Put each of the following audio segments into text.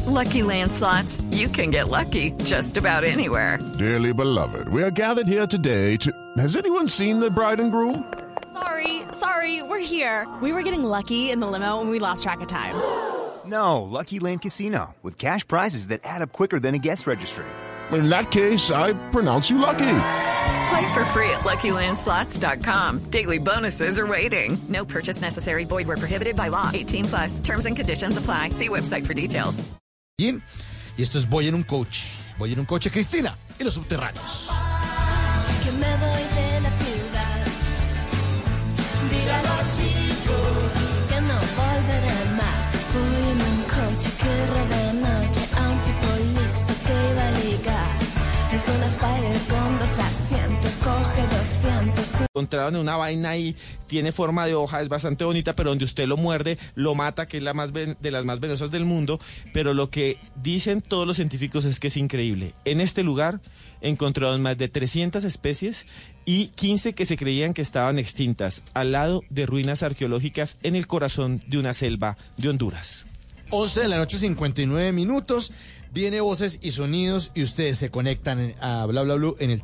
Lucky Land Slots, you can get lucky just about anywhere. Dearly beloved, we are gathered here today to... Has anyone seen the bride and groom? Sorry, we're here. We were getting lucky in the limo and we lost track of time. No, Lucky Land Casino, with cash prizes that add up quicker than a guest registry. In that case, I pronounce you lucky. Play for free at LuckyLandSlots.com. Daily bonuses are waiting. No purchase necessary. Void where prohibited by law. 18+. Terms and conditions apply. See website for details. Bien, y esto es Voy en un coche. Voy en un coche, Cristina, y los subterráneos. Que me voy de la ciudad. Dile a los chicos que no volveré más. Voy en un coche que roba noche a un tipo listo que iba a ligar. Es una Spider con 2 asientos, coge 200. Encontraron una vaina ahí, tiene forma de hoja, es bastante bonita, pero donde usted lo muerde, lo mata, que es la de las más venenosas del mundo. Pero lo que dicen todos los científicos es que es increíble. En este lugar encontraron más de 300 especies y 15 que se creían que estaban extintas, al lado de ruinas arqueológicas en el corazón de una selva de Honduras. 11 de la noche, 59 minutos. Viene Voces y Sonidos y ustedes se conectan a Bla Bla Blue en el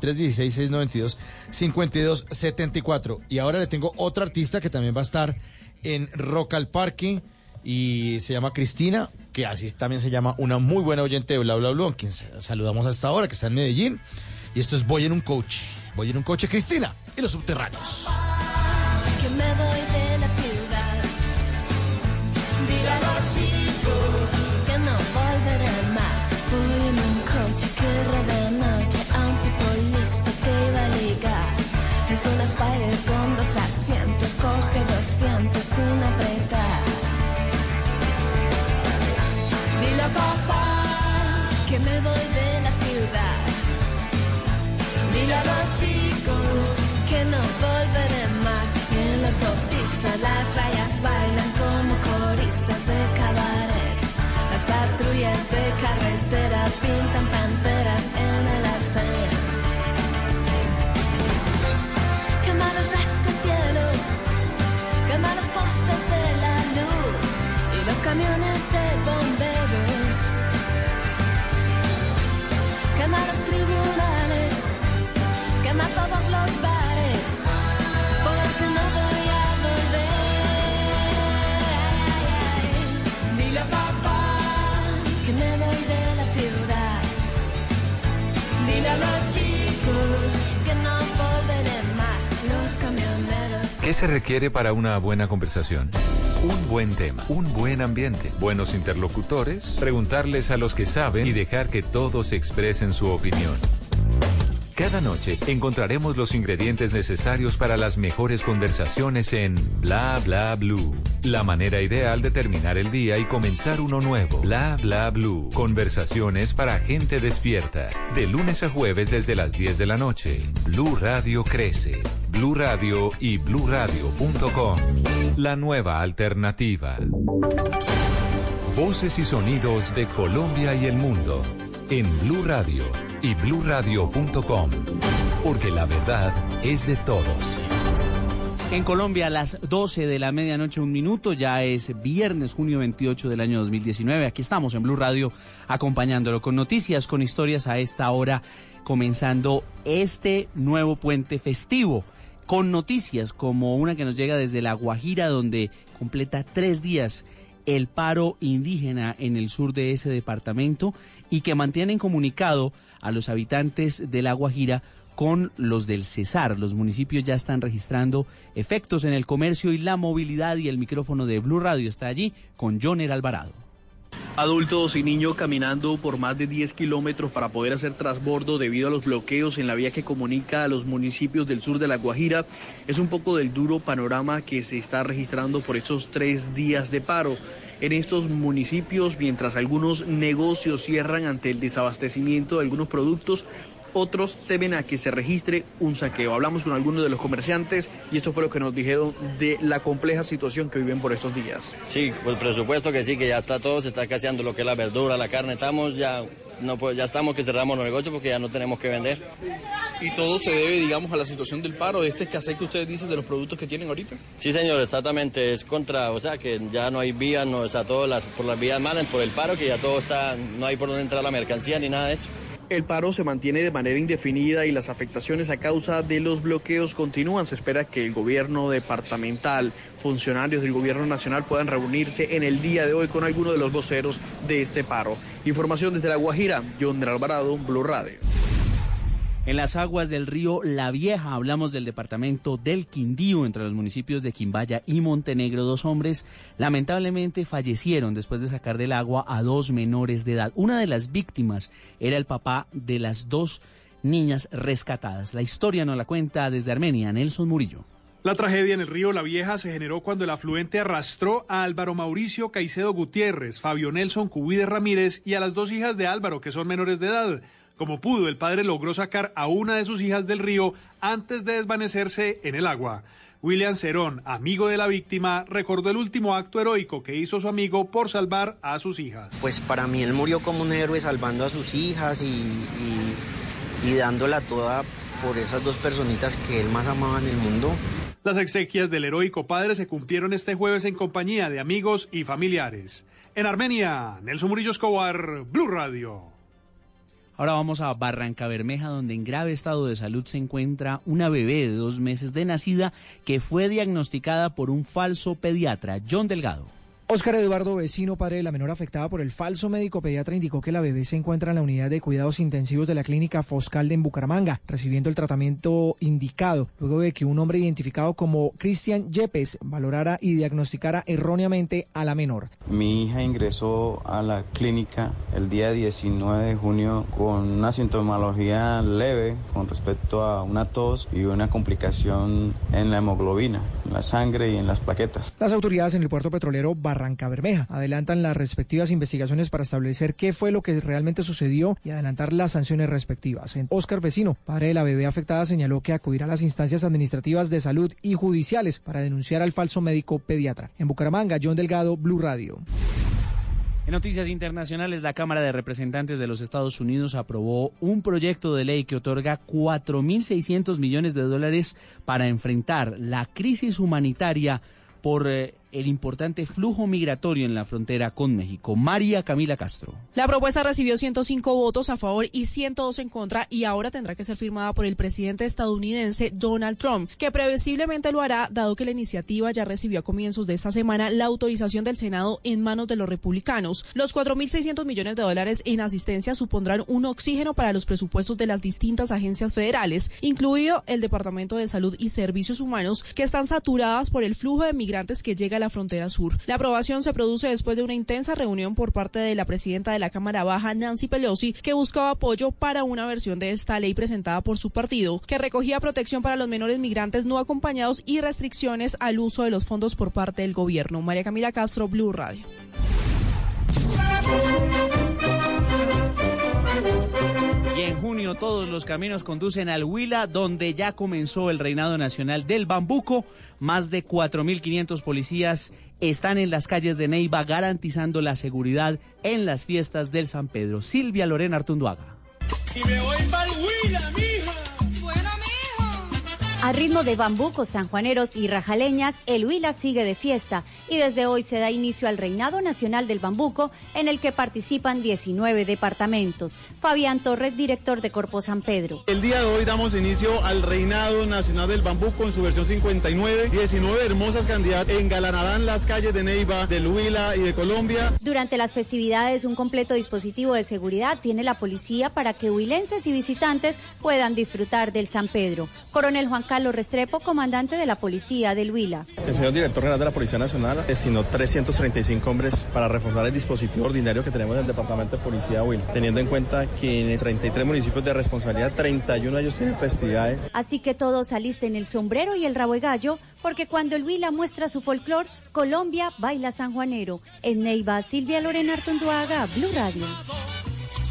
316-692-5274. Y ahora le tengo otra artista que también va a estar en Rock al Parque y se llama Cristina, que así también se llama, una muy buena oyente de Bla Bla Blue, a quien saludamos hasta ahora, que está en Medellín. Y esto es Voy en un coche. Voy en un coche, Cristina, y los subterráneos. Que me voy de la ciudad. Dile a los chicos que no volveré más. Voy en un coche que roba noche a un tipo listo que iba a ligar. Es una Spider con 2 asientos, coge 200 sin apretar. Dile a papá que me voy de la ciudad. Dile a los chicos que no volveré más. En la autopista las rayas bailan como coristas de cabaret. Las patrullas de carretera pintan panteras en el arcén. Quema los rascacielos, quema los postes de la luz y los camiones de bomberos. Quema los tribunales, quema todos los bares, porque no voy a volver. Dile a papá que me voy de la ciudad. Dile a los chicos que no volveré más. Los camioneros. ¿Qué se requiere para una buena conversación? Un buen tema, un buen ambiente, buenos interlocutores, preguntarles a los que saben y dejar que todos expresen su opinión. Cada noche encontraremos los ingredientes necesarios para las mejores conversaciones en Bla Bla Blue. La manera ideal de terminar el día y comenzar uno nuevo. Bla Bla Blue. Conversaciones para gente despierta. De lunes a jueves desde las 10 de la noche. Blue Radio crece. Blue Radio y bluradio.com. La nueva alternativa. Voces y sonidos de Colombia y el mundo. En Blue Radio y bluradio.com, porque la verdad es de todos. En Colombia a las 12 de la medianoche, 1 minuto, ya es viernes, junio 28 del año 2019. Aquí estamos en Blue Radio acompañándolo con noticias, con historias a esta hora, comenzando este nuevo puente festivo. Con noticias como una que nos llega desde La Guajira, donde completa 3 días el paro indígena en el sur de ese departamento y que mantienen comunicado a los habitantes de La Guajira con los del Cesar. Los municipios ya están registrando efectos en el comercio y la movilidad, y el micrófono de Blue Radio está allí con Joner Alvarado. Adultos y niños caminando por más de 10 kilómetros para poder hacer transbordo debido a los bloqueos en la vía que comunica a los municipios del sur de La Guajira. Es un poco del duro panorama que se está registrando por estos 3 días de paro en estos municipios, mientras algunos negocios cierran ante el desabastecimiento de algunos productos. otros temen a que se registre un saqueo. Hablamos con algunos de los comerciantes y esto fue lo que nos dijeron de la compleja situación que viven por estos días. Sí, por el presupuesto que sí, que ya está todo, se está escaseando lo que es la verdura, la carne, estamos ya, no, pues ya estamos que cerramos los negocios porque ya no tenemos que vender. ¿Y todo se debe, digamos, a la situación del paro, de este escasez que ustedes dicen de los productos que tienen ahorita? Sí, señor, exactamente, es contra, o sea, que ya no hay vías, no, o sea, por las vías malas, por el paro, que ya todo está, no hay por dónde entrar la mercancía ni nada de eso. El paro se mantiene de manera indefinida y las afectaciones a causa de los bloqueos continúan. Se espera que el gobierno departamental, funcionarios del gobierno nacional puedan reunirse en el día de hoy con algunos de los voceros de este paro. Información desde La Guajira, John Alvarado, Blue Radio. En las aguas del río La Vieja hablamos del departamento del Quindío, entre los municipios de Quimbaya y Montenegro. 2 hombres lamentablemente fallecieron después de sacar del agua a 2 menores de edad. Una de las víctimas era el papá de las 2 niñas rescatadas. La historia nos la cuenta desde Armenia, Nelson Murillo. La tragedia en el río La Vieja se generó cuando el afluente arrastró a Álvaro Mauricio Caicedo Gutiérrez, Fabio Nelson Cubides Ramírez y a las 2 hijas de Álvaro, que son menores de edad. Como pudo, el padre logró sacar a una de sus hijas del río antes de desvanecerse en el agua. William Cerón, amigo de la víctima, recordó el último acto heroico que hizo su amigo por salvar a sus hijas. Pues para mí él murió como un héroe salvando a sus hijas y dándola toda por esas 2 personitas que él más amaba en el mundo. Las exequias del heroico padre se cumplieron este jueves en compañía de amigos y familiares. En Armenia, Nelson Murillo Escobar, Blue Radio. Ahora vamos a Barrancabermeja, donde en grave estado de salud se encuentra una bebé de 2 meses de nacida que fue diagnosticada por un falso pediatra, John Delgado. Óscar Eduardo Vecino, padre de la menor afectada por el falso médico pediatra, indicó que la bebé se encuentra en la unidad de cuidados intensivos de la clínica Foscalde en Bucaramanga, recibiendo el tratamiento indicado, luego de que un hombre identificado como Cristian Yepes valorara y diagnosticara erróneamente a la menor. Mi hija ingresó a la clínica el día 19 de junio con una sintomología leve con respecto a una tos y una complicación en la hemoglobina, en la sangre y en las plaquetas. Las autoridades en el puerto petrolero Barrancabermeja adelantan las respectivas investigaciones para establecer qué fue lo que realmente sucedió y adelantar las sanciones respectivas. Óscar Vecino, padre de la bebé afectada, señaló que acudirá a las instancias administrativas de salud y judiciales para denunciar al falso médico pediatra. En Bucaramanga, John Delgado, Blue Radio. En noticias internacionales, la Cámara de Representantes de los Estados Unidos aprobó un proyecto de ley que otorga $4.600 millones para enfrentar la crisis humanitaria por el importante flujo migratorio en la frontera con México. María Camila Castro. La propuesta recibió 105 votos a favor y 102 en contra y ahora tendrá que ser firmada por el presidente estadounidense Donald Trump, que previsiblemente lo hará dado que la iniciativa ya recibió a comienzos de esta semana la autorización del Senado en manos de los republicanos. Los $4.600 millones en asistencia supondrán un oxígeno para los presupuestos de las distintas agencias federales, incluido el Departamento de Salud y Servicios Humanos, que están saturadas por el flujo de migrantes que llega a la frontera sur. La aprobación se produce después de una intensa reunión por parte de la presidenta de la Cámara Baja, Nancy Pelosi, que buscaba apoyo para una versión de esta ley presentada por su partido, que recogía protección para los menores migrantes no acompañados y restricciones al uso de los fondos por parte del gobierno. María Camila Castro, Blue Radio. Y en junio todos los caminos conducen al Huila, donde ya comenzó el reinado nacional del bambuco. Más de 4.500 policías están en las calles de Neiva garantizando la seguridad en las fiestas del San Pedro. Silvia Lorena Artunduaga. Y me voy para el Huila, mija. Bueno, mijo. A ritmo de bambucos, sanjuaneros y rajaleñas, el Huila sigue de fiesta y desde hoy se da inicio al Reinado Nacional del Bambuco, en el que participan 19 departamentos. Fabián Torres, director de Corpo San Pedro. El día de hoy damos inicio al Reinado Nacional del Bambuco en su versión 59. 19 hermosas candidatas engalanarán las calles de Neiva, del Huila y de Colombia. Durante las festividades, un completo dispositivo de seguridad tiene la policía para que huilenses y visitantes puedan disfrutar del San Pedro. Coronel Juan Carlos Restrepo, comandante de la Policía del Huila. El señor director general de la Policía Nacional destinó 335 hombres para reforzar el dispositivo ordinario que tenemos en el Departamento de Policía de Huila, teniendo en cuenta que en 33 municipios de responsabilidad, 31 de ellos tienen festividades. Así que todos alisten el sombrero y el rabo de gallo, porque cuando el Huila muestra su folclor, Colombia baila sanjuanero. En Neiva, Silvia Lorena Artunduaga, Blue Radio.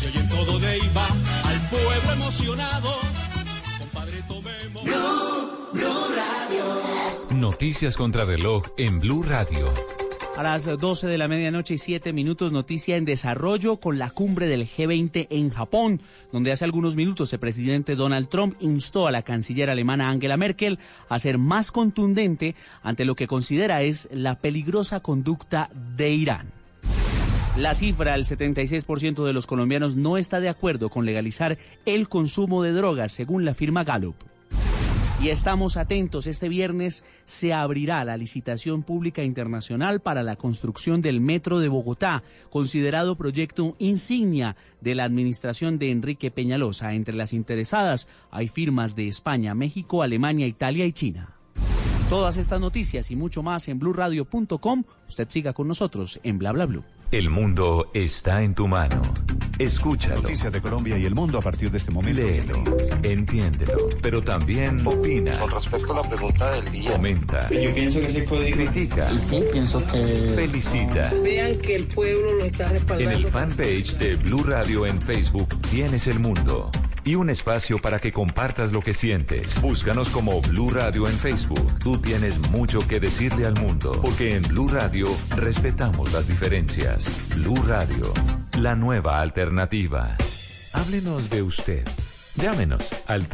Se oye en todo Neiva al pueblo emocionado. Compadre, tomemos. Blue Radio. Noticias contra reloj en Blue Radio. A las 12 de la medianoche y 7 minutos, noticia en desarrollo con la cumbre del G20 en Japón, donde hace algunos minutos el presidente Donald Trump instó a la canciller alemana Angela Merkel a ser más contundente ante lo que considera es la peligrosa conducta de Irán. La cifra, el 76% de los colombianos no está de acuerdo con legalizar el consumo de drogas, según la firma Gallup. Y estamos atentos, este viernes se abrirá la licitación pública internacional para la construcción del Metro de Bogotá, considerado proyecto insignia de la administración de Enrique Peñalosa. Entre las interesadas hay firmas de España, México, Alemania, Italia y China. Todas estas noticias y mucho más en blurradio.com. Usted siga con nosotros en Bla Bla Blue. El mundo está en tu mano. Escúchalo. Noticias de Colombia y el mundo a partir de este momento. Léelo, entiéndelo, pero también opina. Con respecto a la pregunta del día. Comenta. Yo pienso que ese código. Critica. Y sí, pienso que. Felicita. Vean que el pueblo lo está respaldando. En el fanpage de Blue Radio en Facebook tienes el mundo. Y un espacio para que compartas lo que sientes. Búscanos como Blue Radio en Facebook. Tú tienes mucho que decirle al mundo, porque en Blue Radio respetamos las diferencias. Blue Radio, la nueva alternativa. Háblenos de usted. Llámenos al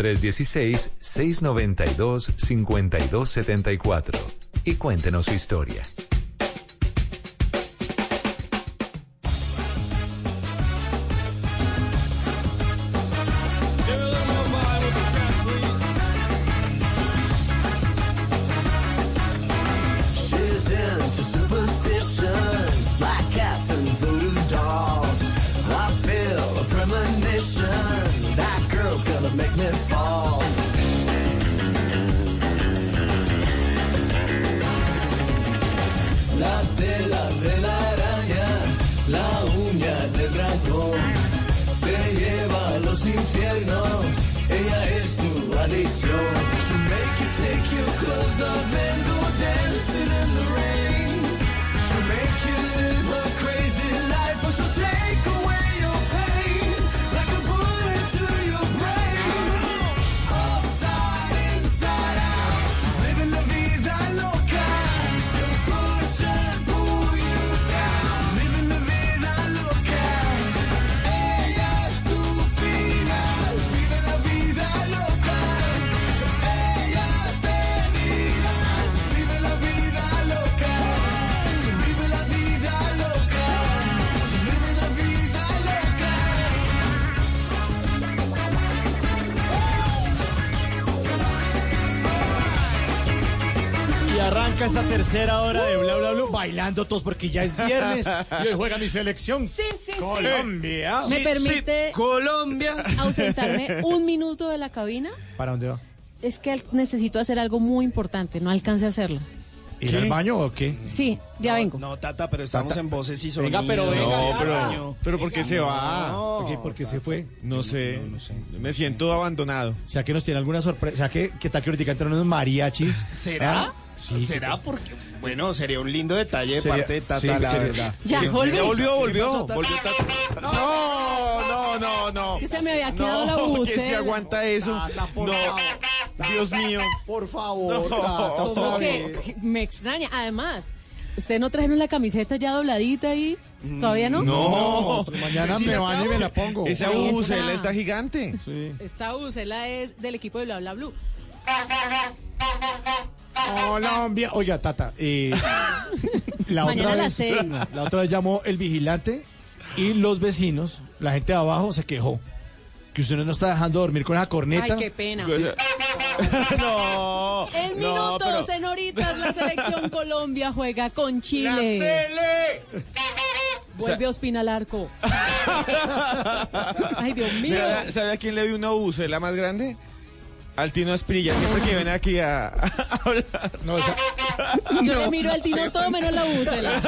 316-692-5274 y cuéntenos su historia. La tela de la araña, la uña del dragón, te lleva a los infiernos, ella es tu adicción. She'll make you take your clothes off and go dancing in the rain. She'll make you live a crazy life, but she'll take away your pain like a bullet to your brain. Upside, inside out, she's living la vida loca. She'll push and pull you down, living la vida loca. Ella es tu final, vive la vida loca. Ella te dirá, vive la vida loca. Vive la vida loca, vive la vida loca. Y arranca esta tercera hora de Bla Bla Blue bailando todos porque ya es viernes y hoy juega mi selección. Sí. Colombia. ¿Me permite Colombia. ausentarme un minuto de la cabina? ¿Para dónde va? Es que necesito hacer algo muy importante, no alcance a hacerlo. ¿Ir al baño o qué? Sí, ya vengo. No, Tata, pero estamos en voces y sonidos. Venga, pero venga. Pero ¿por qué se va? ¿Por qué se fue? No sé. Me siento abandonado. O sea, que nos tiene alguna sorpresa. O sea, que tal que ahorita entran unos mariachis. ¿Será? ¿Ah? Sí. ¿Será? Porque, bueno, sería un lindo detalle de Sería- parte de Tata, sí, la sería- verdad. Ya, volví. Volvió Tata? Tata. No. Que se me había quedado la No, bucela. que se aguanta eso. Tata, por No, favor. Dios mío. Por favor, No. Tata, Como otra que vez. me extraña. Además, ¿usted no trajeron la camiseta ya dobladita ahí? ¿Todavía no? No. Mañana me baño y me la pongo. Esa Ahí bucela está. está gigante. Sí. Esta bucela es del equipo de Bla Bla Blue. Colombia. Oiga, Tata, la Mañana a otra las vez, 6. la otra vez llamó el vigilante y los vecinos, la gente de abajo se quejó que usted no nos está dejando dormir con esa corneta. Ay, qué pena. No. En no, minutos, pero- en horitas, la selección Colombia juega con Chile. Vuelve Ospina al arco. Ay, Dios mío. ¿Sabe a quién le dio una bucela más grande? Al Tino Asprilla, siempre que viene aquí a hablar. No, o sea, Yo le miro al Tino todo menos la búsela.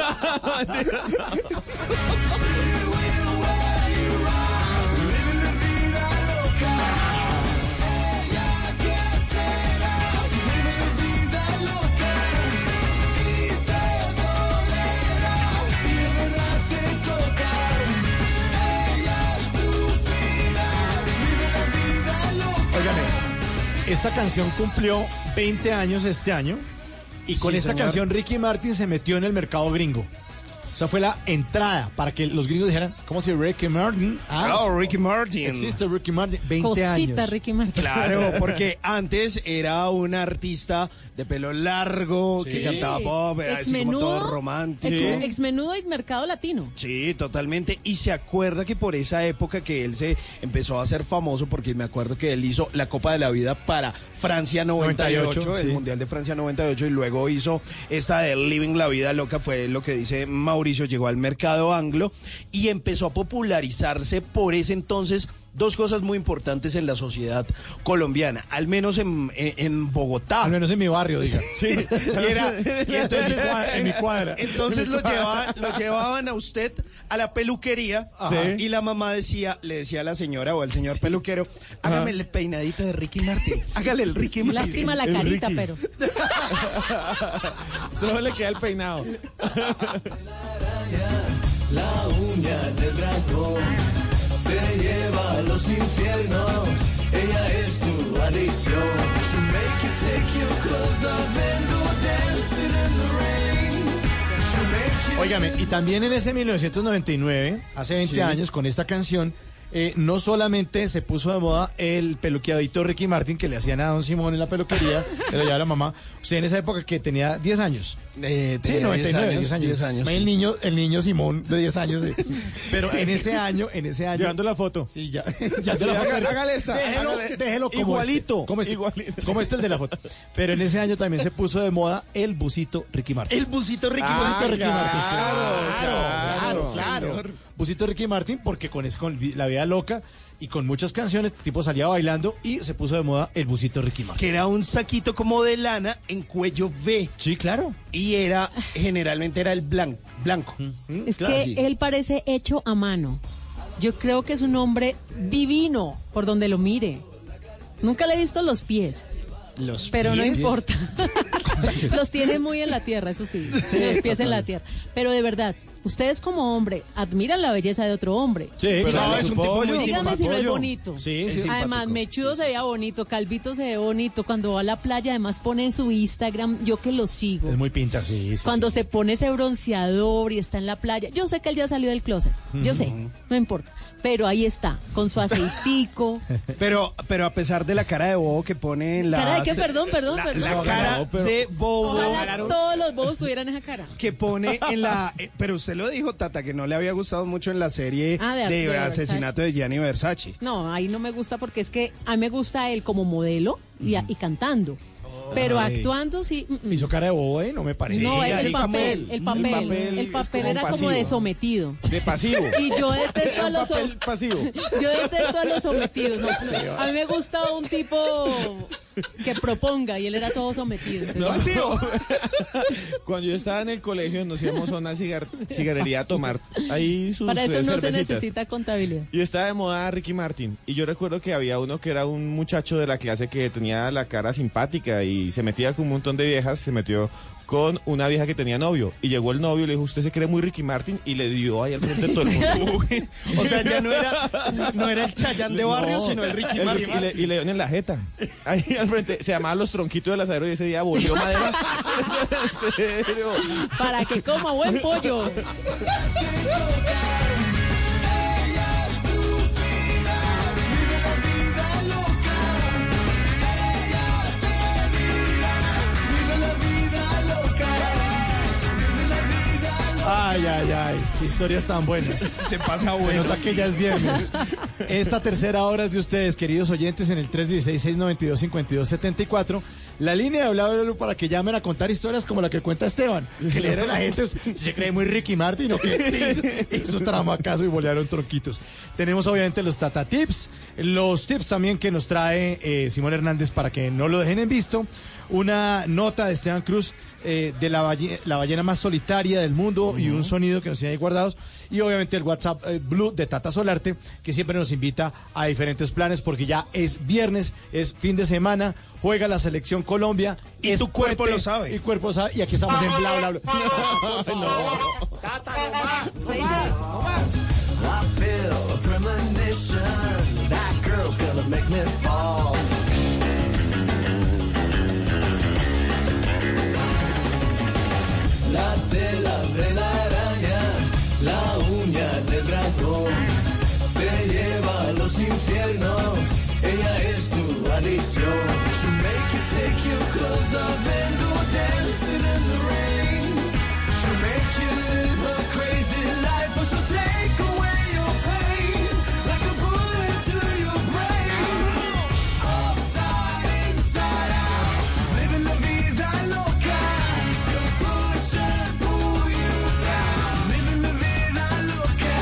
Si de verdad te toca, ella es tu esta canción cumplió 20 años este año y con Sí, esta señor. canción Ricky Martin se metió en el mercado gringo. O sea, fue la entrada para que los gringos dijeran, ¿cómo se llama Ricky Martin? Ricky Martin. Existe Ricky Martin, 20 Cosita años. Ricky Martin. Claro, porque antes era un artista de pelo largo que cantaba pop, era así como todo romántico. Exmenudo y mercado latino. Sí, totalmente. Y se acuerda que por esa época que él se empezó a hacer famoso, porque me acuerdo que él hizo la Copa de la Vida para Francia 98, el sí. Mundial de Francia 98, y luego hizo esta de Living la Vida Loca, fue lo que dice Mauricio, llegó al mercado anglo y empezó a popularizarse por ese entonces. Dos cosas muy importantes en la sociedad colombiana, al menos en Bogotá. Al menos en mi barrio, diga. Sí, y entonces, en mi cuadra. Entonces lo llevaban a usted a la peluquería. Sí. Y la mamá le decía a la señora o al señor peluquero, hágame el peinadito de Ricky Martin. Hágale el Ricky Martin. Lástima la carita, pero. Solo le queda el peinado. La uña del dragón te lleva a los infiernos. Ella es tu adicción. She'll make you take your clothes off and go dancing in the rain. She'll make you... Óigame, y también en ese 1999, hace 20 años, con esta canción, no solamente se puso de moda el peluqueadito Ricky Martin que le hacían a Don Simón en la peluquería, que lo llevaba la mamá. Usted en esa época que tenía 10 años. Sí, 99, 10 años. 10 años. El niño Simón de 10 años. Sí. Pero en ese año. Llevando la foto. Sí, ya se la foto. Hágale esta. Déjelo como igualito. Igualito. Como el de la foto. Pero en ese año también se puso de moda el busito Ricky Martin. El busito Ricky Busito Ricky Martin. Claro. Busito Ricky Martin, porque con La Vida Loca y con muchas canciones, el tipo salía bailando y se puso de moda el busito Ricky Martin. Que era un saquito como de lana en cuello V. Sí, claro. Y generalmente era el blanco. Es que él parece hecho a mano. Yo creo que es un hombre divino por donde lo mire. Nunca le he visto los pies. Pero no importa. Los tiene muy en la tierra, eso sí. Los pies en la tierra. Pero de verdad, ustedes como hombre admiran la belleza de otro hombre. Sí, pero es un tipo muy dígame si no es bonito. Sí, Además, Mechudo se veía bonito, Calvito se ve bonito. Cuando va a la playa, además pone en su Instagram, yo que lo sigo. Es muy pinta, sí. Cuando se pone ese bronceador y está en la playa. Yo sé que él ya salió del closet. Yo sé, no importa. Pero ahí está, con su aceitico. Pero a pesar de la cara de bobo que pone en la... ¿Cara de qué? Perdón. La cara de bobo. Ojalá todos los bobos tuvieran esa cara. Que pone en la... pero usted lo dijo, Tata, que no le había gustado mucho en la serie de asesinato de Gianni Versace. No, ahí no me gusta porque es que a mí me gusta él como modelo y cantando. Pero actuando sí. Hizo cara de bobo, no me parece. No, Sí, es el ahí papel. El papel era como de sometido. De pasivo. Y yo detesto a los pasivo. Yo detesto a los sometidos. No, a mí me gusta un tipo que proponga y él era todo sometido. Entonces, No. Cuando yo estaba en el colegio nos íbamos a una cigarrería a tomar ahí sus para eso no se cervecitas. necesita contabilidad. Y estaba de moda Ricky Martin. Y yo recuerdo que había uno que era un muchacho de la clase que tenía la cara simpática y se metía con un montón de viejas, se metió con una vieja que tenía novio. Y llegó el novio y le dijo, ¿usted se cree muy Ricky Martin? Y le dio ahí al frente de todo el mundo. O sea, ya no era el Chayán de barrio, sino el Ricky Martin. Y le dio en la jeta. Ahí al frente. Se llamaba Los Tronquitos del Asadero y ese día volvió madera. En serio. Para que coma buen pollo. Ay, qué historias tan buenas. Se pasa Se bueno. nota que ya es viernes. Esta tercera hora es de ustedes, queridos oyentes, en el 316-692-5274. La línea de Bla Bla Bla para que llamen a contar historias como la que cuenta Esteban. Que le dieron a la gente, se cree muy Ricky Martin o que hizo tramo acaso y bolearon tronquitos. Tenemos obviamente los Tata Tips, los tips también que nos trae Simón Hernández para que no lo dejen en visto. Una nota de Esteban Cruz de la ballena más solitaria del mundo y un sonido que nos tiene ahí guardados. Y obviamente el WhatsApp Blue de Tata Solarte, que siempre nos invita a diferentes planes porque ya es viernes, es fin de semana, juega la selección Colombia. Y tu cuerpo lo sabe. Y cuerpo lo sabe. Y aquí estamos en Bla Bla Bla. Tata, no más. I feel a premonition. That girl's gonna make me fall. face yours. She'll make you take your clothes off and go dancing in the rain. She'll make you live a crazy life, or she'll take away your pain like a bullet to your brain. Upside, inside out, she's living la vida loca. She'll push and pull you down, living la vida loca.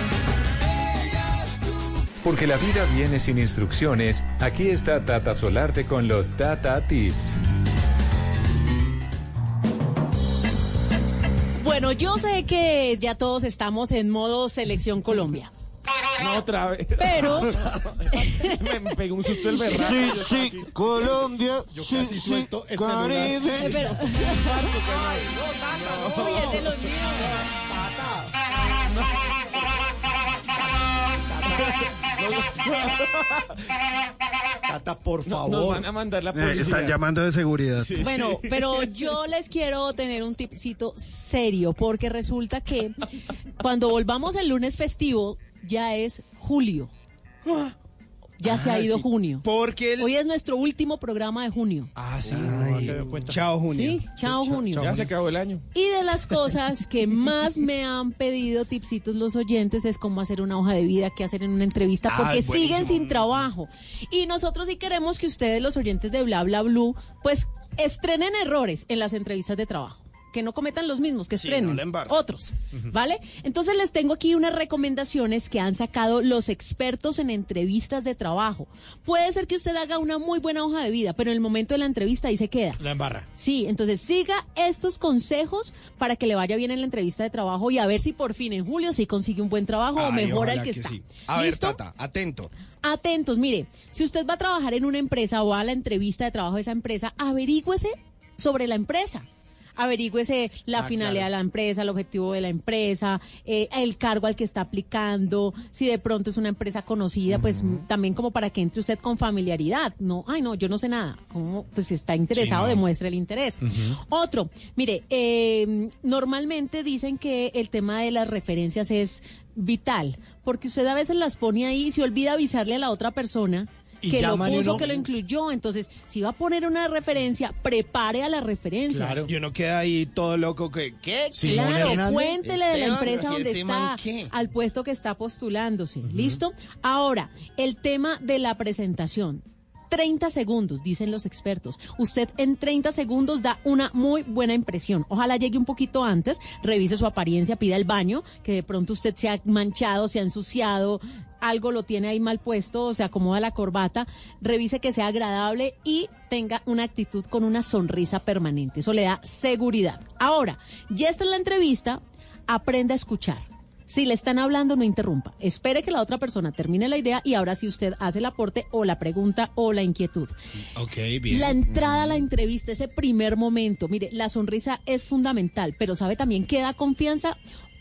Porque la vida viene sin instrucciones, aquí está Tata Solarte con los Tata Tips. Bueno, yo sé que ya todos estamos en modo Selección Colombia. No, otra vez. Pero me pegó un susto el berraco. Sí, Colombia. Yo casi suelto el celular. Pero... Uy, es de los míos. Tata, por favor. Nos van a mandar la policía. Están llamando de seguridad. Sí, Bueno, sí. pero yo les quiero tener un tipcito serio, porque resulta que cuando volvamos el lunes festivo, ya es julio. Ya se ha ido sí. junio. Porque Hoy es nuestro último programa de junio. Ah, sí. Chao, junio. Sí, chao junio. Ya se acabó el año. Y de las cosas que más me han pedido tipsitos los oyentes es cómo hacer una hoja de vida, qué hacer en una entrevista, porque siguen sin trabajo. Y nosotros sí queremos que ustedes, los oyentes de Bla Bla Blue, pues estrenen errores en las entrevistas de trabajo. Que no cometan los mismos, que estrenen no la embarren. otros, ¿vale? Entonces les tengo aquí unas recomendaciones que han sacado los expertos en entrevistas de trabajo. Puede ser que usted haga una muy buena hoja de vida, pero en el momento de la entrevista ahí se queda. La embarra. Sí, entonces siga estos consejos para que le vaya bien en la entrevista de trabajo y a ver si por fin en julio sí consigue un buen trabajo o mejora el que está. Sí. A ver, ¿Listo? Tata, atento. Atentos, mire, si usted va a trabajar en una empresa o va a la entrevista de trabajo de esa empresa, averígüese sobre la empresa. Averígüese la finalidad de la empresa, el objetivo de la empresa, el cargo al que está aplicando, si de pronto es una empresa conocida, pues también como para que entre usted con familiaridad. No, ay no, yo no sé nada. Como pues si está interesado, demuestre el interés. Otro, mire, normalmente dicen que el tema de las referencias es vital, porque usted a veces las pone ahí y se olvida avisarle a la otra persona que lo puso, que lo incluyó. Entonces, si va a poner una referencia, prepare a la referencia. Claro. Y uno queda ahí todo loco. ¿Qué? Claro, cuéntele de la empresa donde ¿ese man está, qué? al puesto que está postulándose. ¿Listo? Ahora, el tema de la presentación. 30 segundos, dicen los expertos. Usted en 30 segundos da una muy buena impresión. Ojalá llegue un poquito antes, revise su apariencia, pida el baño, que de pronto usted se ha manchado, se ha ensuciado, algo lo tiene ahí mal puesto, o se acomoda la corbata, revise que sea agradable y tenga una actitud con una sonrisa permanente. Eso le da seguridad. Ahora, ya está en la entrevista, aprenda a escuchar. Si le están hablando, no interrumpa. Espere que la otra persona termine la idea y ahora sí usted hace el aporte o la pregunta o la inquietud. Ok, bien. La entrada a la entrevista, ese primer momento. Mire, la sonrisa es fundamental, pero ¿sabe también que da confianza?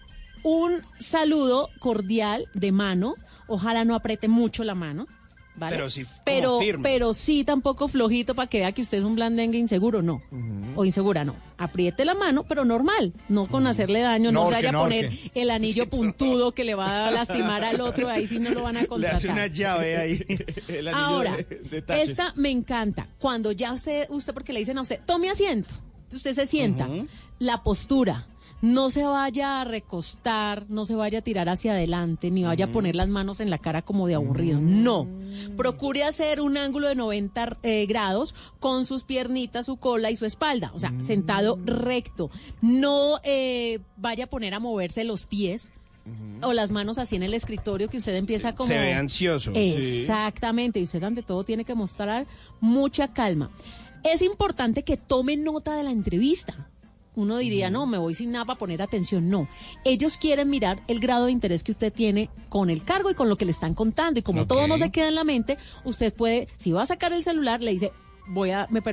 Un saludo cordial de mano. Ojalá no apriete mucho la mano. ¿Vale? Pero sí, como firme. Pero sí tampoco flojito para que vea que usted es un blandengue inseguro, no. O insegura, no. Apriete la mano, pero normal, no con hacerle daño, no se vaya a poner el anillo puntudo que le va a lastimar al otro, ahí sí no lo van a Le contratar. hace una llave ahí. El anillo Ahora, de taches. esta me encanta. Cuando ya usted porque le dicen a usted, tome asiento, usted se sienta, la postura. No se vaya a recostar, no se vaya a tirar hacia adelante, ni vaya a poner las manos en la cara como de aburrido. No. Procure hacer un ángulo de 90 grados con sus piernitas, su cola y su espalda. O sea, sentado recto. No vaya a poner a moverse los pies o las manos así en el escritorio, que usted empieza como... Se ve ansioso. Exactamente. Y usted ante todo tiene que mostrar mucha calma. Es importante que tome nota de la entrevista. Uno diría, no, me voy sin nada para poner atención. No, ellos quieren mirar el grado de interés que usted tiene con el cargo y con lo que le están contando. Y como todo no se queda en la mente, usted puede, si va a sacar el celular, le dice, voy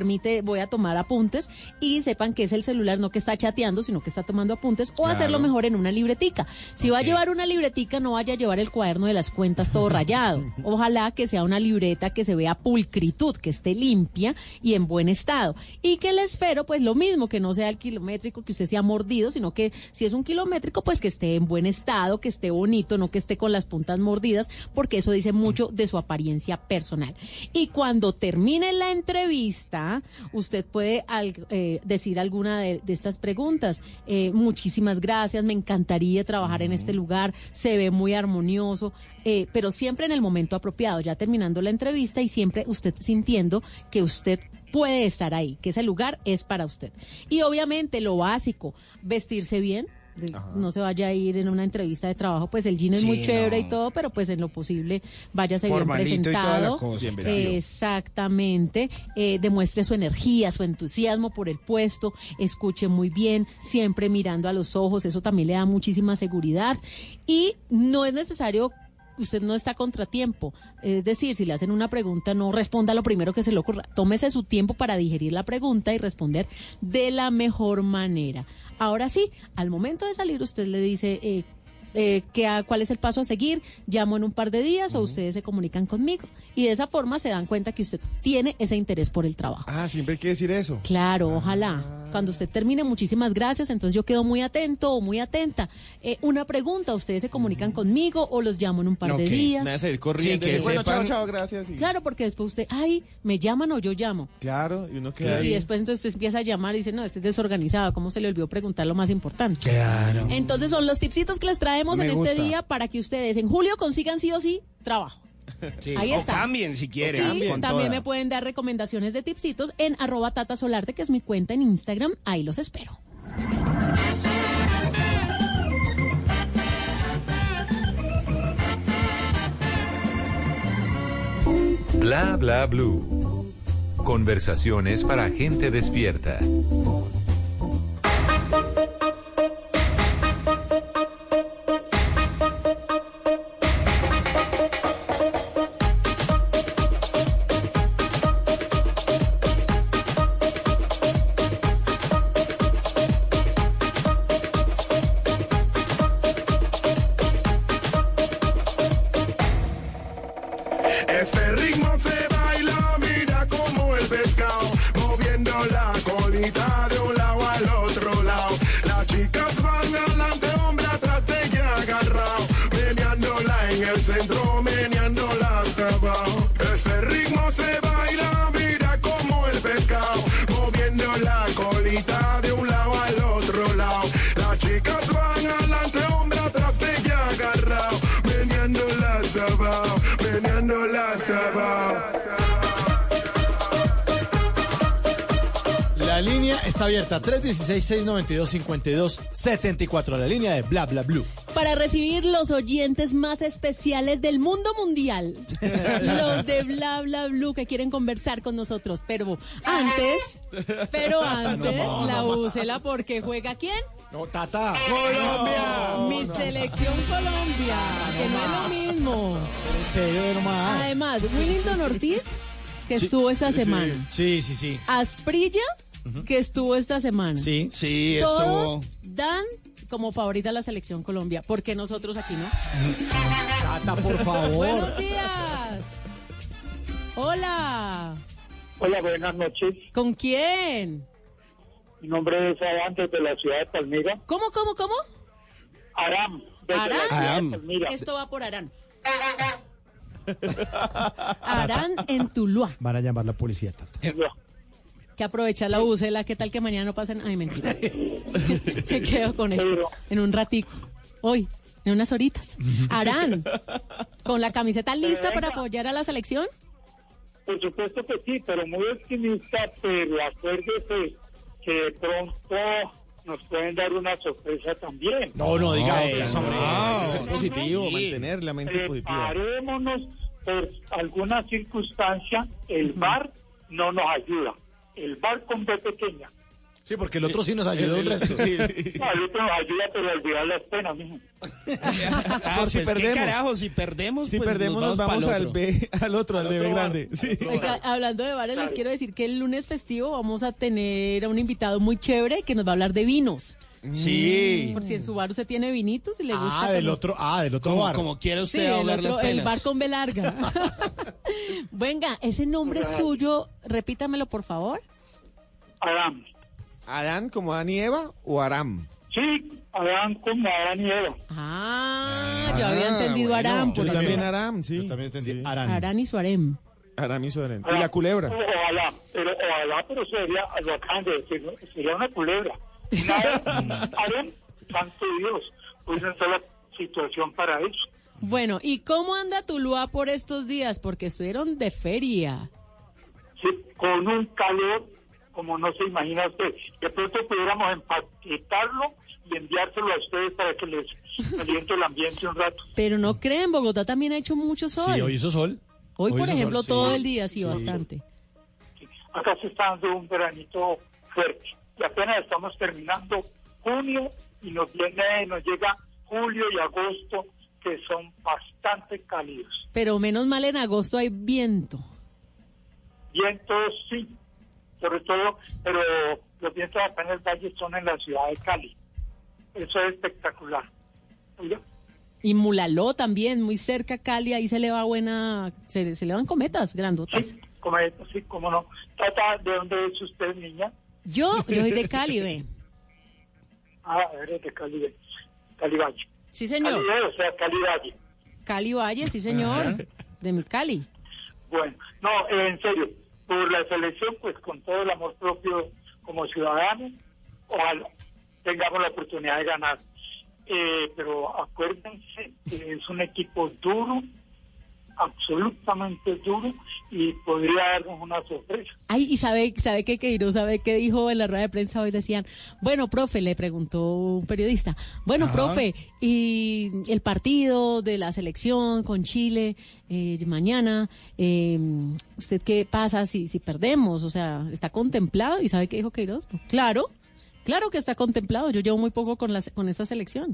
a tomar apuntes y sepan que es el celular, no que está chateando, sino que está tomando apuntes, o hacerlo mejor en una libretica. Si va a llevar una libretica, no vaya a llevar el cuaderno de las cuentas todo rayado. Ojalá que sea una libreta que se vea pulcritud, que esté limpia y en buen estado. Y que el esfero, pues lo mismo, que no sea el kilométrico, que usted sea mordido, sino que si es un kilométrico, pues que esté en buen estado, que esté bonito, no que esté con las puntas mordidas, porque eso dice mucho de su apariencia personal. Y cuando termine la entrevista, usted puede decir alguna de estas preguntas. Muchísimas gracias, me encantaría trabajar en este lugar, se ve muy armonioso, pero siempre en el momento apropiado, ya terminando la entrevista y siempre usted sintiendo que usted puede estar ahí, que ese lugar es para usted. Y obviamente lo básico, vestirse bien. No se vaya a ir en una entrevista de trabajo, pues el jean es muy chévere y todo, pero pues en lo posible váyase bien presentado. Exactamente. Demuestre su energía, su entusiasmo por el puesto, escuche muy bien, siempre mirando a los ojos, eso también le da muchísima seguridad. Y no es necesario, usted no está a contratiempo, es decir, si le hacen una pregunta, no responda lo primero que se le ocurra, tómese su tiempo para digerir la pregunta y responder de la mejor manera. Ahora sí, al momento de salir usted le dice cuál es el paso a seguir, llamo en un par de días o ustedes se comunican conmigo y de esa forma se dan cuenta que usted tiene ese interés por el trabajo. Siempre hay que decir eso. Claro, ojalá. Cuando usted termine, muchísimas gracias, entonces yo quedo muy atento o muy atenta. Una pregunta, ustedes se comunican conmigo o los llamo en un par de días. Me vas a ir corriendo. Sí, bueno, chao, gracias. Claro, porque después usted, me llaman o yo llamo. Claro, y uno queda ahí. Y después entonces usted empieza a llamar y dice, no, este es desorganizado, ¿cómo se le olvidó preguntar lo más importante? Claro. Entonces son los tipsitos que les traemos en este día para que ustedes en julio consigan sí o sí trabajo. Sí, ahí está. O cambien si quieren. Y también me pueden dar recomendaciones de tipsitos en @TataSolarte, que es mi cuenta en Instagram. Ahí los espero. Bla bla blue. Conversaciones para gente despierta. Este ritmo se baila, mira como el pescado, moviendo la colita de un lado al otro lado. Las chicas van adelante, hombre atrás de ella agarrado, meneándola en el centro, meneándola hasta abajo. Este ritmo se baila, mira como el pescado, moviendo la colita de un lado al otro lado. Las chicas van adelante, hombre atrás de ella agarrado, meneándola hasta abajo. La línea está abierta, 316-692-5274, la línea de Bla Bla Blue. Para recibir los oyentes más especiales del mundo mundial, los de Bla Bla Blue que quieren conversar con nosotros, pero antes, la úsela porque juega ¿quién? No, Tata. Colombia. Mi selección Colombia, que no es lo mismo. En serio, nomás. Además, Willington Ortiz, que estuvo esta semana. Sí. Asprilla, que estuvo esta semana. Sí, Todos estuvo. dan como favorita a la selección Colombia. ¿Por qué nosotros aquí no? Tata, por favor. Buenos días. Hola. Hola, buenas noches. ¿Con quién? Mi nombre es Aram, desde la ciudad de Palmira. ¿Cómo? Aram, desde la ciudad de Palmira. Esto va por Arán. Arán en Tuluá. Van a llamar la policía, Tata. Que aprovecha la úsela, ¿qué tal que mañana no pasen? Ay, mentira. Me quedo con esto. En un ratico. Hoy, en unas horitas. Arán, ¿con la camiseta lista para apoyar a la selección? Por supuesto que sí, pero muy optimista, pero acuérdese que de pronto nos pueden dar una sorpresa también. No diga eso, hombre. Ser positivo, mantener la mente positiva. Preparémonos por alguna circunstancia, el VAR no nos ayuda. El VAR con B pequeña. Sí, porque el otro sí nos ayudó un resto. No, el otro nos ayuda, pero a olvidar las penas, mijo. Por si perdemos. ¿Qué carajo? Si perdemos, Si pues perdemos nos vamos al otro, al de B grande. Sí. Oiga, hablando de bares, les quiero decir que el lunes festivo vamos a tener a un invitado muy chévere que nos va a hablar de vinos. Sí. Por si en su bar usted tiene vinitos y le gusta. Del otro bar. Como quiera usted Sí, ahogar las penas. el bar con B larga. Venga, ese nombre suyo, repítamelo por favor. Aram. ¿Adán como Adán y Eva o Aram? Sí, Aram como Adán y Eva. Yo había entendido Aram. Yo por también eso. Aram, sí. Yo también entendí. Sí. Aram y Suarem. Aram y Suarem. ¿Y la culebra? Ojalá, pero sería, lo acaban de decir, ¿no? Sería una culebra. Aram, santo Dios, pues no está la situación para eso. Bueno, ¿y cómo anda Tuluá por estos días? Porque estuvieron de feria. Sí, con un calor como no se imagina usted. De pronto pudiéramos empaquetarlo y enviárselo a ustedes para que les caliente el ambiente un rato. Pero no creen, Bogotá también ha hecho mucho sol. Sí, hoy hizo sol. Hoy, por hizo ejemplo, sol, sí. todo el día, sí, bastante. Acá se está dando un veranito fuerte. Y apenas estamos terminando junio y nos llega julio y agosto, que son bastante cálidos. Pero menos mal en agosto hay viento. Vientos sí, sobre todo, pero los vientos acá en el valle son en la ciudad de Cali. Eso es espectacular. ¿Oiga? Y Mulaló también, muy cerca a Cali, ahí se le va se le van cometas grandotas. Sí, cometas, sí, cómo no. ¿De dónde es usted, niña? Yo soy de Cali, ve. Eres de Cali, ve. Cali Valle. Sí, señor. Cali, o sea, Cali Valle. Cali Valle, sí, señor. De mi Cali. Bueno, no, en serio, por la selección, pues con todo el amor propio como ciudadano, ojalá tengamos la oportunidad de ganar. Pero acuérdense que es un equipo duro, absolutamente duro, y podría darnos una sorpresa. Ay, y sabe que Queiroz, sabe qué dijo en la rueda de prensa hoy. Decían, bueno, profe, le preguntó un periodista, bueno, profe, y el partido de la selección con Chile mañana, ¿usted qué pasa si perdemos? O sea, ¿está contemplado? ¿Y sabe qué dijo Queiroz? Pues, Claro que está contemplado. Yo llevo muy poco con esta selección.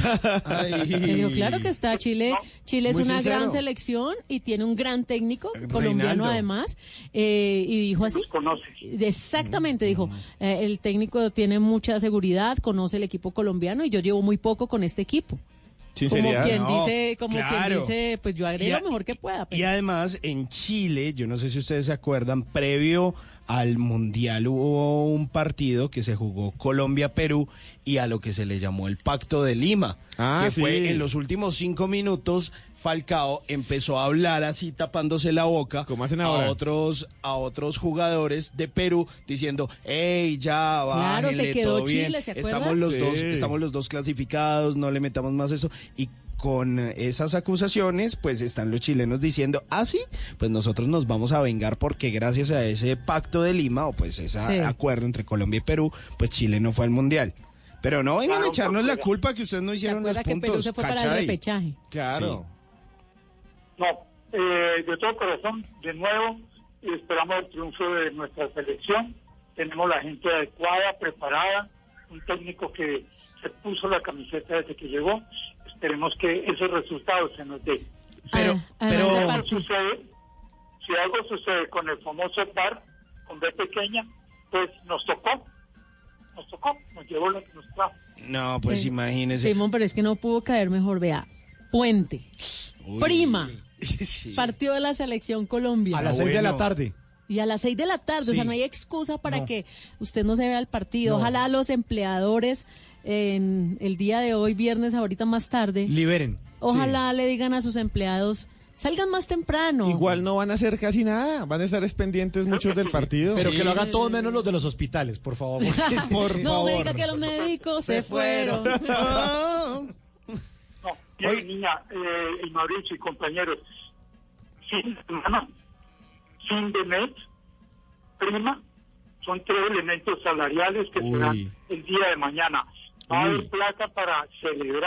Digo, claro que está. Chile es una gran selección y tiene un gran técnico, colombiano además. Y dijo así. Exactamente, dijo. El técnico tiene mucha seguridad, conoce el equipo colombiano y yo llevo muy poco con este equipo. Sinceridad. Quien dice, pues yo haré lo mejor que pueda. Y además, en Chile, yo no sé si ustedes se acuerdan, previo al Mundial hubo un partido que se jugó Colombia-Perú y a lo que se le llamó el Pacto de Lima, que fue en los últimos 5 minutos. Falcao empezó a hablar así tapándose la boca a otros jugadores de Perú diciendo, hey, ya, claro, bájenle, se quedó todo bien. Chile, ¿se acuerda? Estamos los dos clasificados, no le metamos más eso. Y con esas acusaciones, pues están los chilenos diciendo, sí, pues nosotros nos vamos a vengar porque gracias a ese Pacto de Lima, o pues ese acuerdo entre Colombia y Perú, pues Chile no fue al Mundial. Pero no vengan a echarnos la culpa que ustedes no hicieron los puntos. Que Perú se fue para el repechaje. Claro. Sí. No, de todo corazón, de nuevo, esperamos el triunfo de nuestra selección. Tenemos la gente adecuada, preparada, un técnico que se puso la camiseta desde que llegó. Esperemos que esos resultados se nos den. Pero si algo sucede con el famoso VAR, con B pequeña, pues nos llevó lo que nos trajo. No, pues imagínese. Simón, pero es que no pudo caer mejor, vea. Puente, Prima, partido de la selección Colombia. A las 6 de la tarde. Y a las 6 de la tarde, o sea, no hay excusa para que usted no se vea el partido. Ojalá los empleadores en el día de hoy, viernes, ahorita más tarde, liberen. Ojalá le digan a sus empleados, salgan más temprano. Igual no van a hacer casi nada, van a estar pendientes muchos del partido. Pero que lo hagan todos menos los de los hospitales, por favor. No me diga que los médicos se fueron. Bien, niña, y Mauricio y compañeros, fin de semana, fin de mes, prima, son 3 elementos salariales que serán el día de mañana. Va a haber plata para celebrar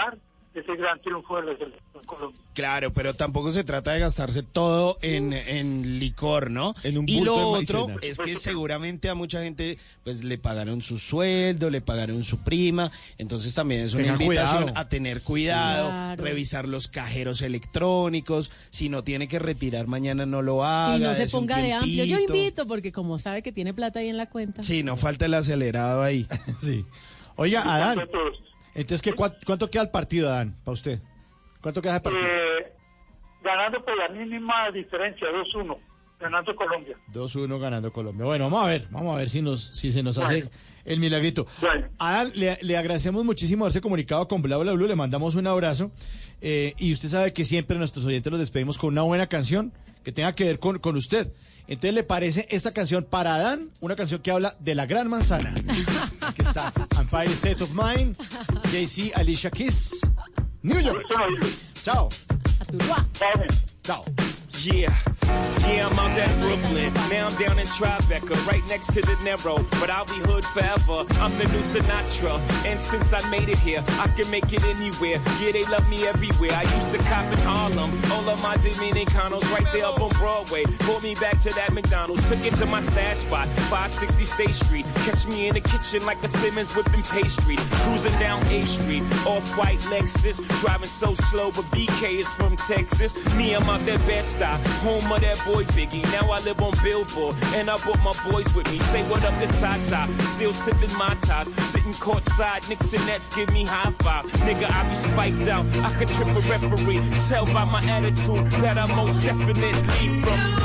ese gran triunfo de la selección Colombia. Claro, pero tampoco se trata de gastarse todo en licor, ¿no? En un y bulto lo de otro maicena. es que seguramente a mucha gente pues le pagaron su sueldo, le pagaron su prima, entonces también es una Tengan invitación cuidado. a tener cuidado, Claro. revisar los cajeros electrónicos, si no tiene que retirar mañana no lo haga. Y no se es un ponga de amplio. Yo tiempito. invito porque como sabe que tiene plata ahí en la cuenta. Sí, no falta el acelerado ahí. Sí. Oiga, Adán, entonces, ¿cuánto queda el partido, Adán, para usted? ¿Cuánto queda el partido? Ganando por la mínima diferencia, 2-1, ganando Colombia. 2-1 ganando Colombia. Bueno, vamos a ver si se nos hace el milagrito. Adán, le agradecemos muchísimo haberse comunicado con Bla Bla Blue, le mandamos un abrazo y usted sabe que siempre nuestros oyentes los despedimos con una buena canción que tenga que ver con usted. Entonces, ¿le parece esta canción para Adán? Una canción que habla de la gran manzana. Aquí está, Empire State of Mind, Jay-Z, Alicia Keys, New York. Chao. Chao. Yeah, I'm out at Brooklyn. Now I'm down in Tribeca, right next to the Narrow. But I'll be hood forever. I'm the new Sinatra. And since I made it here, I can make it anywhere. Yeah, they love me everywhere. I used to cop in Harlem. All of my Dominicanos right there up on Broadway. Pulled me back to that McDonald's. Took it to my stash spot, 560 State Street. Catch me in the kitchen like a Simmons whipping pastry. Cruising down A Street, off-white Lexus. Driving so slow, but BK is from Texas. Me, I'm out that Bed-Stuy, home of that boy Biggie. Now I live on Billboard, and I brought my boys with me. Say what up to Tata, still sipping my ties. Sitting courtside, Knicks and Nets give me high five. Nigga, I be spiked out, I could trip a referee. Tell by my attitude that I most definitely from.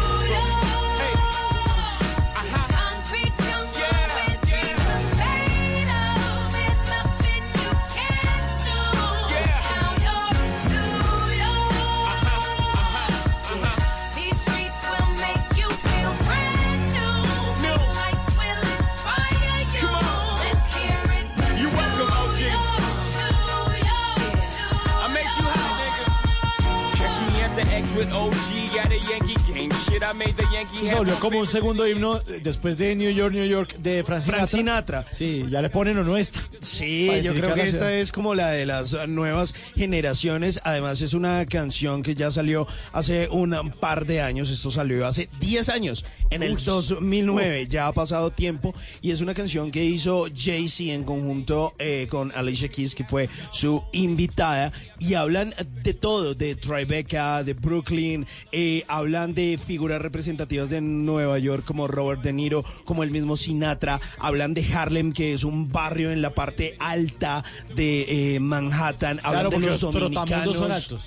With OG at a Yankee game. Shit, I made the Yankee. Se volvió como un segundo himno después de New York de Frank Sinatra. Sí, ya le ponen o no esta. Sí, Para yo creo identificar que la esta ciudad. es como la de las nuevas generaciones. Además es una canción que ya salió hace un par de años. Esto salió hace 10 años, en el 2009. Ya ha pasado tiempo. Y es una canción que hizo Jay-Z en conjunto con Alicia Keys, que fue su invitada. Y hablan de todo, de Tribeca, de Brooklyn. Hablan de figuras representativas de Nueva York como Robert De Niro, como el mismo Sinatra. Hablan de Harlem, que es un barrio en la parte alta de Manhattan. Hablan Claro, de porque los los trotamundos dominicanos. son altos.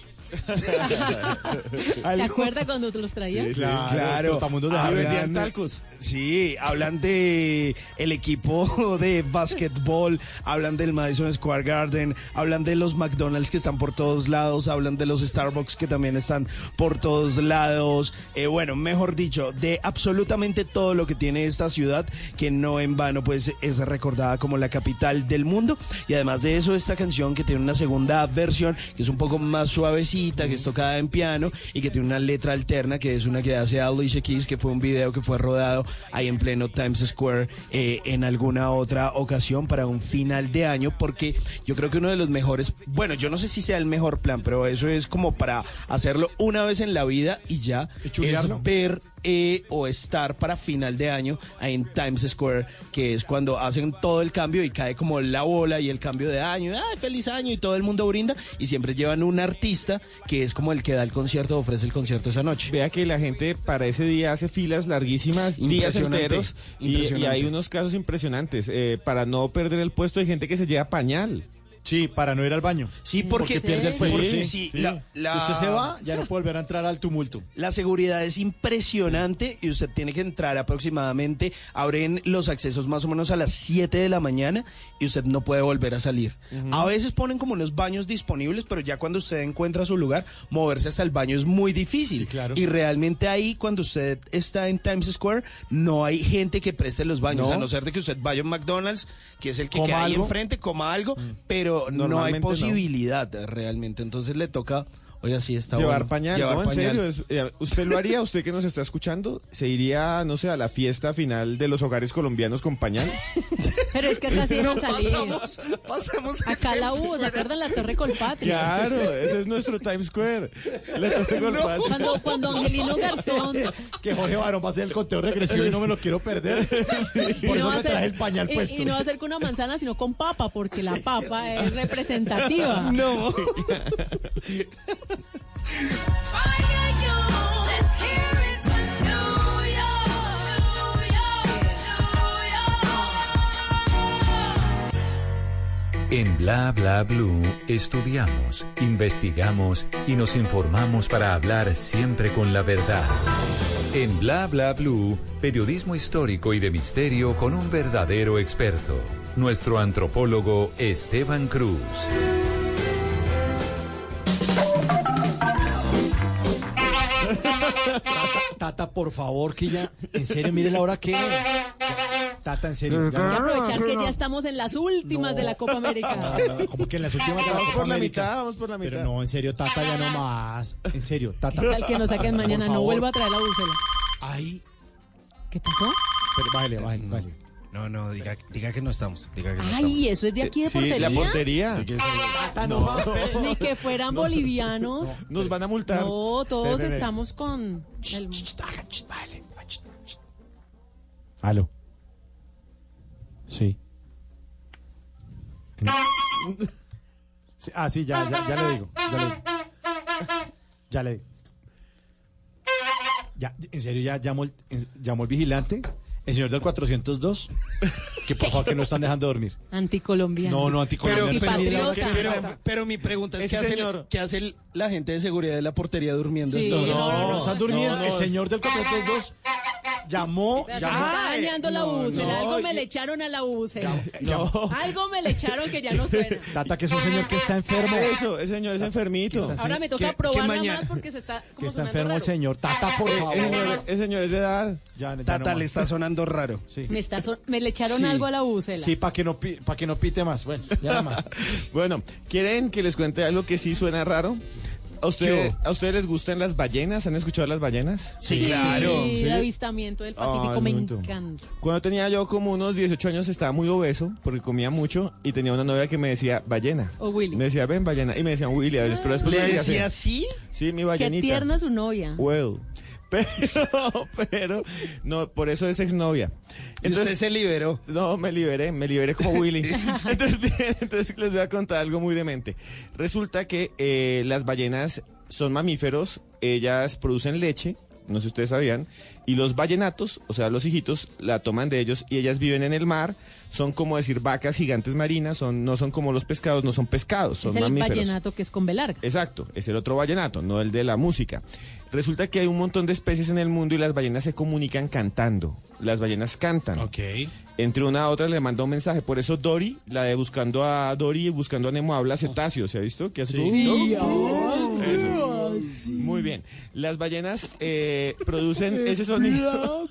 ¿Se acuerda cuando te los traía? Sí, claro. trotamundos de Hablan- vendían talcos. Sí, hablan de el equipo de básquetbol, hablan del Madison Square Garden, hablan de los McDonald's que están por todos lados, hablan de los Starbucks que también están por todos lados. Bueno, mejor dicho, de absolutamente todo lo que tiene esta ciudad, que no en vano pues es recordada como la capital del mundo. Y además de eso, esta canción que tiene una segunda versión que es un poco más suavecita, que es tocada en piano y que tiene una letra alterna, que es una que hace Alicia Keys, que fue un video que fue rodado ahí en pleno Times Square en alguna otra ocasión para un final de año, porque yo creo que uno de los mejores, bueno, yo no sé si sea el mejor plan, pero eso es como para hacerlo una vez en la vida y ya, chulearlo. es ver o estar para final de año ahí en Times Square, que es cuando hacen todo el cambio y cae como la bola y el cambio de año, ¡ay, feliz año! Y todo el mundo brinda y siempre llevan un artista que es como el que da el concierto, ofrece el concierto esa noche. Vea que la gente para ese día hace filas larguísimas, días Impresionante, enteros, y impresionante. hay unos casos impresionantes. Para no perder el puesto hay gente que se lleva pañal. Sí, para no ir al baño. Sí, porque pierde el puesto. porque Sí. si la- Si usted se va, ya no puede volver a entrar al tumulto. La seguridad es impresionante y usted tiene que entrar aproximadamente, abren los accesos más o menos a las 7 de la mañana y usted no puede volver a salir. A veces ponen como unos baños disponibles, pero ya cuando usted encuentra su lugar, moverse hasta el baño es muy difícil. Y realmente ahí, cuando usted está en Times Square, no hay gente que preste los baños, No. a no ser de que usted vaya a un McDonald's, que es el que Coma queda ahí algo. enfrente, coma algo, pero no hay Normalmente no. posibilidad realmente. Entonces le toca, oiga, sí está Llevar bueno. pañal, Llevar ¿no? En pañal. serio, ¿usted lo haría? ¿Usted que nos está escuchando? ¿Se iría, no sé, a la fiesta final de los hogares colombianos con pañal? Pero es que acá sí dejan salir. Pasamos Acá la hubo, ¿se acuerdan la Torre Colpatria? Claro, ese es nuestro Times Square. La Torre Colpatria. Cuando Angelino Garzón... Es que Jorge Barón va a hacer el conteo regresivo y no me lo quiero perder. Por eso me traje el pañal puesto. Y no va a ser con una manzana, sino con papa, porque la papa es representativa. No. En Bla Bla Blue estudiamos, investigamos y nos informamos para hablar siempre con la verdad. En Bla Bla Blue, periodismo histórico y de misterio con un verdadero experto, nuestro antropólogo Esteban Cruz. Tata, por favor, que ya, en serio, mire la hora que... Tata, en serio. Hay que aprovechar que ya estamos en las últimas de la Copa América. Como que en las últimas de la Copa América. Vamos por la mitad. Pero no, en serio, Tata, ya no más. En serio, Tata. ¿Qué tal que nos saquen mañana? No vuelva a traer la bucela. Ay. ¿Qué pasó? Pero bájale. No, diga que no estamos. Diga que no Ay, ¿eso es de aquí de portería? Sí, la portería. Tata, no más. Ni que fueran bolivianos. Nos van a multar. No, todos estamos con... el... Vale. Aló. Sí. Sí, sí, ya le digo. Ya le digo. Ya, en serio, ya llamó el vigilante, el señor del 402, que por favor que no están dejando dormir. Anticolombiano. No, anticolombiano. Antipatriota. Pero mi pregunta es, Ese ¿qué hace la gente de seguridad de la portería durmiendo? Sí, No, están durmiendo. El señor del 402 llamó. Está dañando la búsela. Algo me le echaron a la búsela. Algo me le echaron que ya no suena. Tata, que es un señor que está enfermo. Eso, el señor es enfermito. Ahora me toca probarla más porque se está como que está sonando enfermo raro. el señor. Tata, por favor. El señor es de edad. Tata, le está sonando raro. Sí. Me le echaron algo a la búsela. Sí, para que no pite más. Bueno, ya nada más. Bueno, ¿quieren que les cuente algo que sí suena raro? ¿A ustedes les gustan las ballenas? ¿Han escuchado las ballenas? Sí, claro. Sí, el avistamiento del Pacífico me encanta. Cuando tenía yo como unos 18 años estaba muy obeso porque comía mucho y tenía una novia que me decía ballena. O Willy. Me decía, ven ballena. Y me decían Willy. Pero después ¿Le me decía así? Sí, mi Qué ballenita. tierna su novia. Well. Pero, no, por eso es exnovia. Entonces, ¿usted se liberó? No, me liberé como Willy. Entonces les voy a contar algo muy demente. Resulta que las ballenas son mamíferos, ellas producen leche, no sé si ustedes sabían, y los ballenatos, o sea, los hijitos, la toman de ellos y ellas viven en el mar, son como decir vacas gigantes marinas, no son como los pescados, no son pescados, son es el mamíferos. vallenato que es con B larga. Exacto, es el otro vallenato, no el de la música. Resulta que hay un montón de especies en el mundo y las ballenas se comunican cantando. Las ballenas cantan. Ok. Entre una a otra le manda un mensaje. Por eso Dory, la de Buscando a Dory y Buscando a Nemo, habla cetáceo. ¿Se ha visto? ¿Qué hace? Eso. Muy bien. Las ballenas producen ese sonido.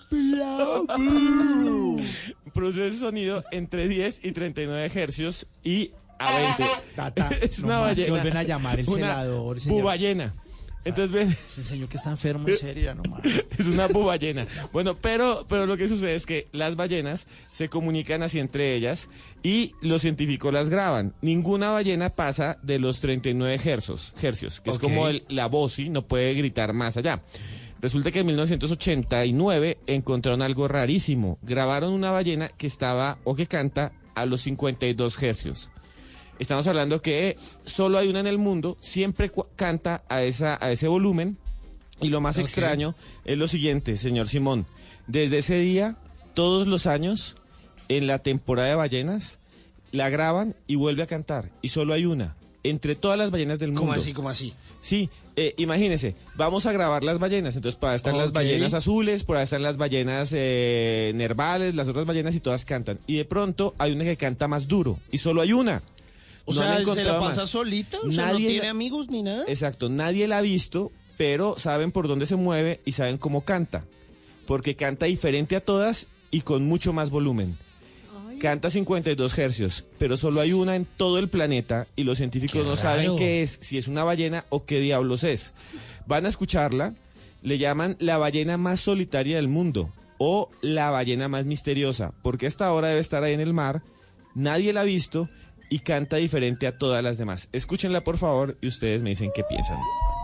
Producen ese sonido entre 10 y 39 hercios y a 20. Tata, es no una más que ballena. vuelven a llamar el celador, señor. Buballena. Entonces ven. Se enseñó que está enfermo, en serio, ya no más. Es una buballena. Bueno, pero lo que sucede es que las ballenas se comunican así entre ellas y los científicos las graban. Ninguna ballena pasa de los 39 hercios, que es como la voz, ¿sí? No puede gritar más allá. Resulta que en 1989 encontraron algo rarísimo. Grabaron una ballena que estaba o que canta a los 52 hercios. Estamos hablando que solo hay una en el mundo, siempre canta a ese volumen. Y lo más extraño es lo siguiente, señor Simón. Desde ese día, todos los años, en la temporada de ballenas, la graban y vuelve a cantar. Y solo hay una. Entre todas las ballenas del mundo. ¿Cómo así? Sí, imagínense, vamos a grabar las ballenas. Entonces, por ahí están las ballenas azules, por ahí están las ballenas nervales, las otras ballenas y todas cantan. Y de pronto hay una que canta más duro. Y solo hay una. O sea, ¿se la pasa solita? O sea, ¿no tiene amigos ni nada? Exacto, nadie la ha visto, pero saben por dónde se mueve y saben cómo canta. Porque canta diferente a todas y con mucho más volumen. Canta 52 hercios, pero solo hay una en todo el planeta y los científicos no saben qué es, si es una ballena o qué diablos es. Van a escucharla, le llaman la ballena más solitaria del mundo o la ballena más misteriosa, porque hasta ahora debe estar ahí en el mar nadie la ha visto y canta diferente a todas las demás. Escúchenla, por favor, y ustedes me dicen qué piensan.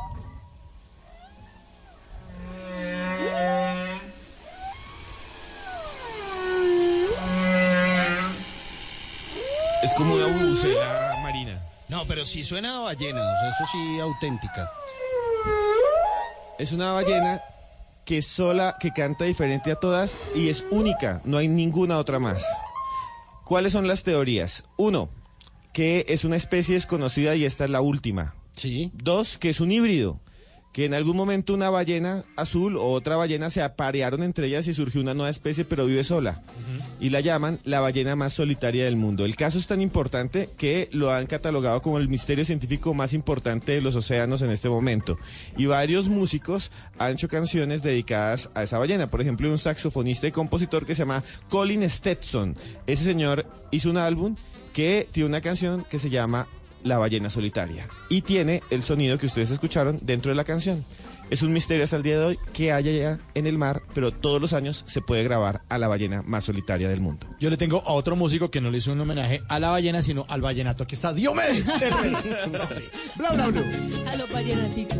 Es como una bubucela marina. No, pero sí suena a ballena, o sea, eso sí, auténtica. Es una ballena que canta diferente a todas y es única, no hay ninguna otra más. ¿Cuáles son las teorías? 1, que es una especie desconocida y esta es la última. Sí. 2, que es un híbrido, que en algún momento una ballena azul o otra ballena se aparearon entre ellas y surgió una nueva especie, pero vive sola. Y la llaman la ballena más solitaria del mundo. El caso es tan importante que lo han catalogado como el misterio científico más importante de los océanos en este momento. Y varios músicos han hecho canciones dedicadas a esa ballena. Por ejemplo, un saxofonista y compositor que se llama Colin Stetson. Ese señor hizo un álbum que tiene una canción que se llama La ballena solitaria. Y tiene el sonido que ustedes escucharon dentro de la canción. Es un misterio hasta el día de hoy que haya ya en el mar, pero todos los años se puede grabar a la ballena más solitaria del mundo. Yo le tengo a otro músico que no le hizo un homenaje a la ballena, sino al vallenato. Aquí está Diomedes. Bla, bla, bla. A los vallenaticos.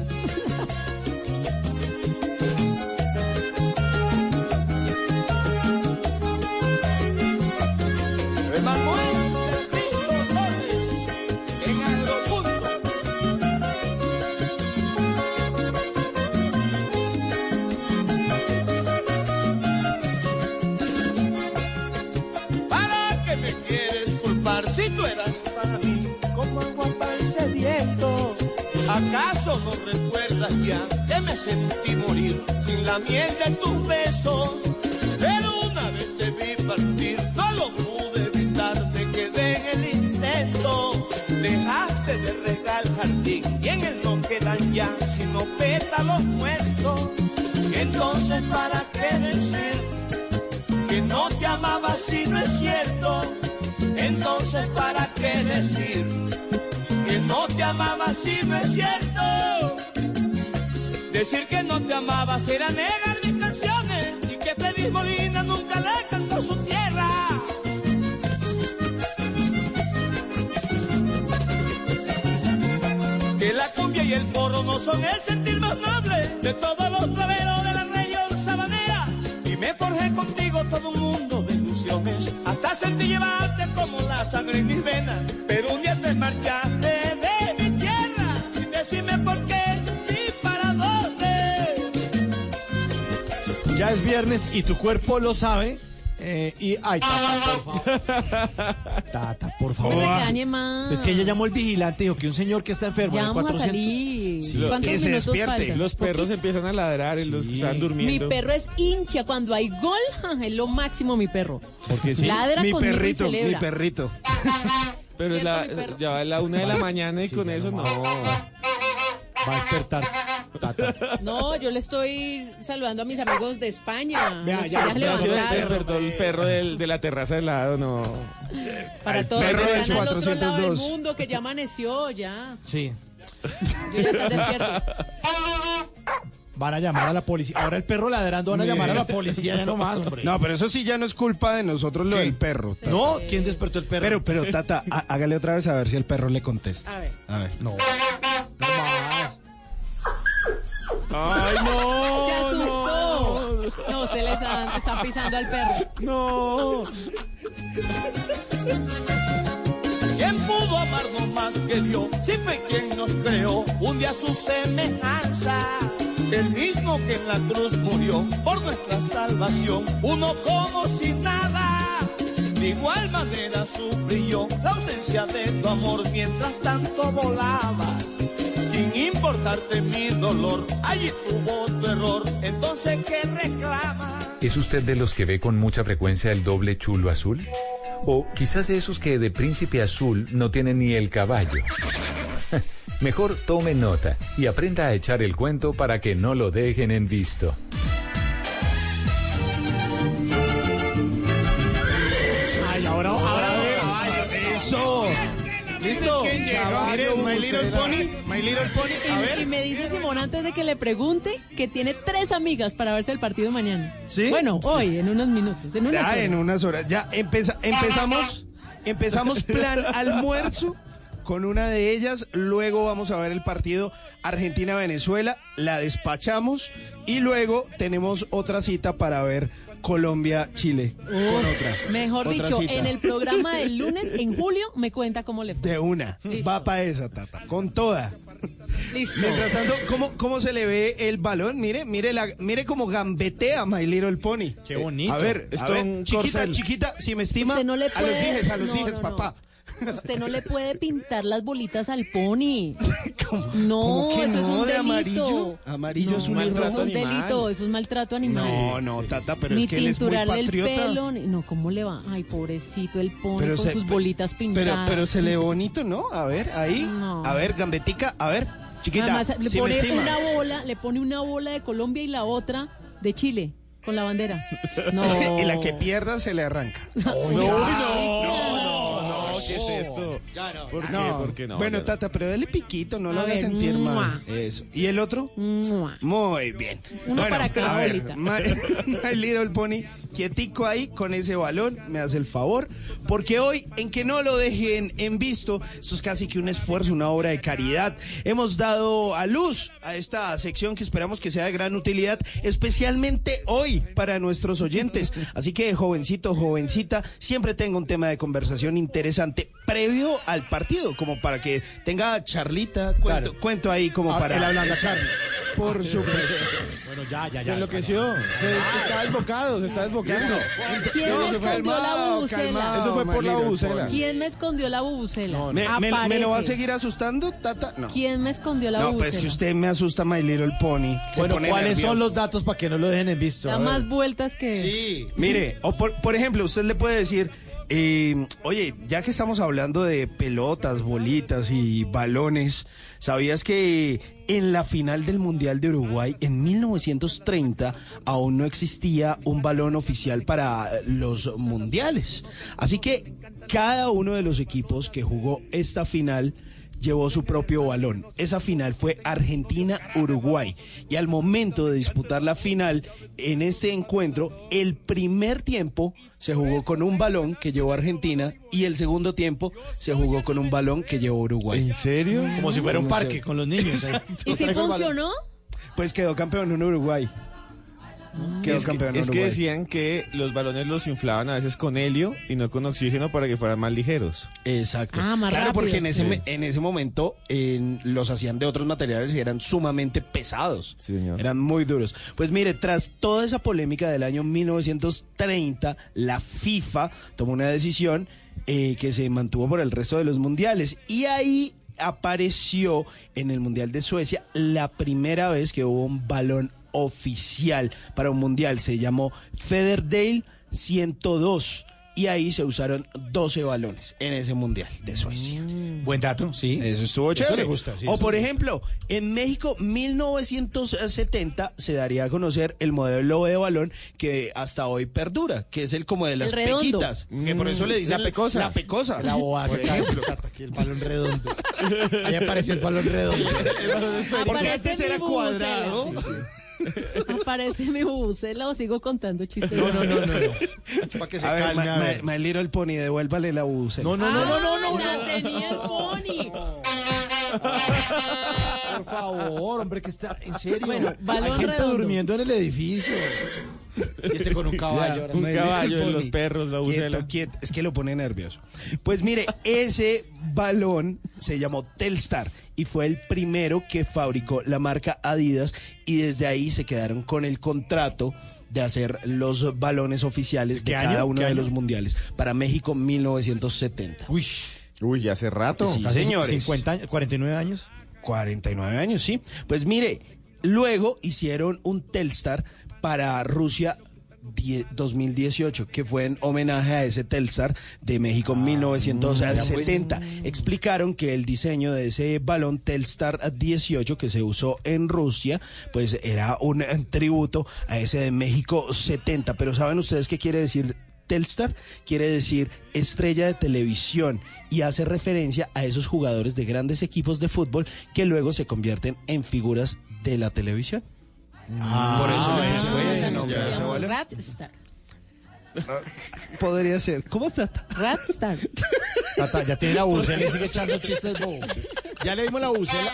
Si tú eras para mí como agua para el sediento, ¿acaso no recuerdas ya que me sentí morir sin la miel de tus besos? Pero una vez te vi partir, no lo pude evitar, me quedé en el intento. Dejaste de regar el jardín y en él no quedan ya sino pétalos muertos. Entonces, ¿para qué decir que no te amaba si no es cierto? Entonces, ¿para qué decir que no te amaba si no es cierto? Decir que no te amaba será negar mis canciones y que Feliz Molina nunca le cantó su tierra. Que la cumbia y el porro no son el sentir más noble de todos los traveros de la región sabanera. Y me forjé contigo todo un mundo de ilusiones, hasta sentí llevarte como la sangre en mis venas. Pero un día te marchaste de mi tierra sin decirme por qué ni para dónde. Ya es viernes y tu cuerpo lo sabe. Ay, Tata, por favor. Tata, por favor. No me regañe más. Es que ella llamó al vigilante y dijo que un señor que está enfermo. Ya de vamos 400. a salir. Sí, ¿Cuántos que se minutos despierte. faltan? Los perros empiezan a ladrar y los que están durmiendo. Mi perro es hincha. Cuando hay gol, es lo máximo mi perro. Porque sí. Ladra Mi conmigo perrito, y celebra. mi perrito. Pero es ya va a la 1 de la mañana y Sí, con ya eso no no. Va a despertar. Tata. No, yo le estoy saludando a mis amigos de España. Vea, Los que ya, se Ya se levantaron. despertó el perro de la terraza de lado, no. Para todos los perro que del están al otro lado del 402. mundo, que ya amaneció, ya. Sí. Yo ya estoy despierto. Van a llamar a la policía. Ahora el perro ladrando van a llamar a la policía ya nomás, hombre. No, pero eso sí ya no es culpa de nosotros lo ¿Qué? del perro. Tata. No, ¿quién despertó el perro? Pero Tata, hágale otra vez a ver si el perro le contesta. A ver. A ver. No. No más. ¡Ay, no! Se asustó. No, usted le está pisando al perro. No. ¿Quién pudo amarnos más que Dios? Si fue quien nos creó un día a su semejanza. El mismo que en la cruz murió por nuestra salvación. Uno como si nada. De igual manera sufrí yo la ausencia de tu amor mientras tanto volabas. Sin importarte mi dolor, allí tuvo tu error. Entonces, ¿qué reclama? ¿Es usted de los que ve con mucha frecuencia el doble chulo azul? O quizás de esos que de príncipe azul no tienen ni el caballo. Mejor tome nota y aprenda a echar el cuento para que no lo dejen en visto. Ay, ahora eso. ¿Listo? Miren, My Little Pony. My Little Pony. A ver. Y me dice Simón antes de que le pregunte que tiene 3 amigas para verse el partido mañana. ¿Sí? Bueno, Sí. hoy, en unos minutos, en unas Ya horas. en unas horas. Ya empezamos. Empezamos plan almuerzo con una de ellas, luego vamos a ver el partido Argentina-Venezuela, la despachamos y luego tenemos otra cita para ver Colombia-Chile. Con otra. Mejor Otra dicho, cita. en el programa del lunes, en julio, me cuenta cómo le fue. De una. Listo. Va para esa, Tata. Con toda. Listo. Mientras tanto, ¿cómo se le ve el balón? Mire cómo gambetea My Little Pony. Qué bonito. A ver, chiquita, si me estima, Usted no le puede... a los dijes, no. papá. Usted no le puede pintar las bolitas al pony. No, ¿Cómo que eso es no? un ¿De delito. amarillo? Amarillo No, es un eso es maltrato un animal. delito, eso es maltrato animal. No, Tata, pero Ni es que él es muy tinturarle el patriota. pelo, no, ¿cómo le va? Ay, pobrecito el pony Pero con se- sus bolitas pintadas. Pero se le ve bonito, ¿no? A ver, ahí. No. A ver, gambetica, a ver, chiquita. Además, le si me pone estima. le pone una bola de Colombia y la otra de Chile, con la bandera. No. Y la que pierda se le arranca. ¿Qué es esto? ¿Por qué? No. ¿Por qué no? Bueno, Ya. Tata, pero dale piquito, no lo A haga ver, sentir ¡mua! mal. Eso. ¿Y el otro? ¡Mua! Muy bien. Uno para cada a ver, bolita. My Little Pony, quietico ahí con ese balón, me hace el favor, porque hoy, en que no lo dejen en visto, esto es casi que un esfuerzo, una obra de caridad. Hemos dado a luz a esta sección que esperamos que sea de gran utilidad, especialmente hoy para nuestros oyentes. Así que, jovencito, jovencita, siempre tenga un tema de conversación interesante previo al partido, como para que tenga charlita, cuento ahí como para... Él hablando a Charlie. Por supuesto. Bueno, ya. Se enloqueció. Se está desbocado, se está desbocando. ¿Quién No, me se fue escondió la calmado, bubucela? calmado. Eso fue por la bubucela. ¿Quién me escondió la bubucela? ¿Me lo va a Aparece. seguir asustando, Tata? No. ¿Quién me escondió la No, bubucela? pues que usted me asusta, My Little Pony. Se Bueno, pone ¿cuáles son nervioso. los datos para que no lo dejen en visto? Da A ver. más vueltas que... Sí. Mire, o por ejemplo, usted le puede decir, oye, ya que estamos hablando de pelotas, bolitas y balones, ¿sabías que en la final del Mundial de Uruguay, en 1930, aún no existía un balón oficial para los mundiales? Así que cada uno de los equipos que jugó esta final llevó su propio balón. Esa final fue Argentina-Uruguay. Y al momento de disputar la final, en este encuentro, el primer tiempo se jugó con un balón que llevó Argentina y el segundo tiempo se jugó con un balón que llevó Uruguay. ¿En serio? Como si fuera un parque con los niños. ¿Y si funcionó? Pues quedó campeón en Uruguay. Quedó campeón en Es que Uruguay. decían que los balones los inflaban a veces con helio y no con oxígeno para que fueran más ligeros. Exacto. Ah, más claro, porque en rápidos. ese momento los hacían de otros materiales y eran sumamente pesados. Sí, señor. Eran muy duros. Pues mire, tras toda esa polémica del año 1930, la FIFA tomó una decisión que se mantuvo por el resto de los mundiales. Y ahí apareció en el Mundial de Suecia la primera vez que hubo un balón oficial para un mundial. Se llamó Federdale 102 y ahí se usaron 12 balones en ese mundial de Suecia. Buen dato, sí. Eso estuvo chévere. Eso le gusta, sí, o eso por le gusta. ejemplo, en México 1970 se daría a conocer el modelo de balón que hasta hoy perdura, que es el como de las El redondo. pequitas, que por eso le dicen La pecosa. La pecosa. La boa, Por que está ejemplo. aquí el balón redondo. Ahí apareció el balón redondo. Porque Aparece antes mi era bubucela. cuadrado. Aparece mi bubucela o sigo contando chistes. No. Es para que se A ver, calme, a ver. My Little Pony, devuélvale la bucela. No. La tenía el pony. Por favor, hombre, que está en serio. Bueno, balón Hay gente redondo. durmiendo en el edificio. Y este con un caballo. ahora Un My caballo, Little los Pony. perros, la bucela. Quieto, es que lo pone nervioso. Pues mire, ese balón se llamó Telstar y fue el primero que fabricó la marca Adidas y desde ahí se quedaron con el contrato de hacer los balones oficiales de ¿Qué cada año? uno ¿Qué de año? los mundiales. Para México 1970. Uy, hace rato. Sí, Casi señores. 50 años, 49 años. 49 años, sí. Pues mire, luego hicieron un Telstar para Rusia 2018, que fue en homenaje a ese Telstar de México en 1970. Explicaron que el diseño de ese balón Telstar 18 que se usó en Rusia, pues era un tributo a ese de México 70. Pero ¿saben ustedes qué quiere decir Telstar? Quiere decir estrella de televisión y hace referencia a esos jugadores de grandes equipos de fútbol que luego se convierten en figuras de la televisión. Por eso le pusieron ese nombre a ese balón. Podría ser. ¿Cómo está? Ratstar. Tata, ya tiene la bucela y sigue echando chistes bobos. Ya le dimos la bucela.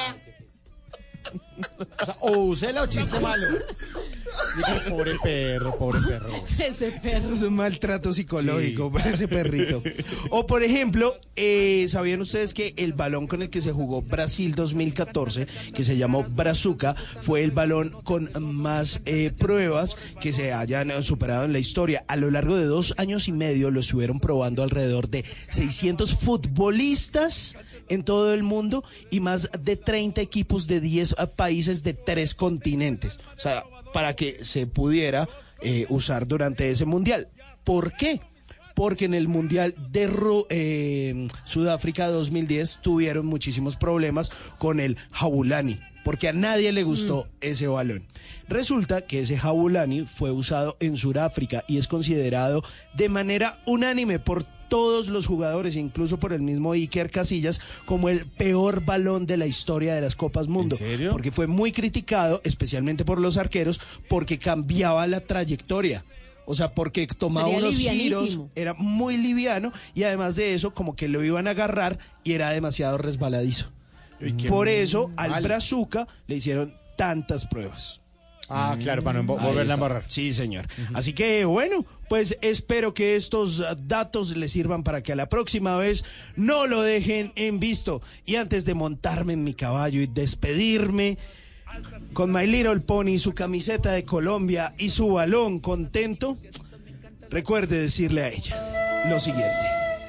O sea, o bucela o chiste malo. Digo, pobre perro, pobre perro. Ese perro. Es un maltrato psicológico para ese perrito. O por ejemplo, ¿sabían ustedes que el balón con el que se jugó Brasil 2014, que se llamó Brazuca, fue el balón con más pruebas que se hayan superado en la historia? A lo largo de 2 años y medio lo estuvieron probando alrededor de 600 futbolistas en todo el mundo y más de 30 equipos de 10 países de 3 continentes. O sea, para que se pudiera usar durante ese mundial. ¿Por qué? Porque en el mundial de Sudáfrica 2010 tuvieron muchísimos problemas con el Jabulani, porque a nadie le gustó ese balón. Resulta que ese Jabulani fue usado en Sudáfrica y es considerado de manera unánime por todos los jugadores, incluso por el mismo Iker Casillas, como el peor balón de la historia de las Copas Mundo. ¿En serio? Porque fue muy criticado, especialmente por los arqueros, porque cambiaba la trayectoria. O sea, porque tomaba unos giros, era muy liviano y además de eso, como que lo iban a agarrar y era demasiado resbaladizo. Por eso, al Brazuca le hicieron tantas pruebas. Ah, claro, para no volverla a embarrar. Sí, señor. Así que, bueno, pues espero que estos datos les sirvan para que a la próxima vez no lo dejen en visto. Y antes de montarme en mi caballo y despedirme con My Little Pony, su camiseta de Colombia y su balón contento, recuerde decirle a ella lo siguiente.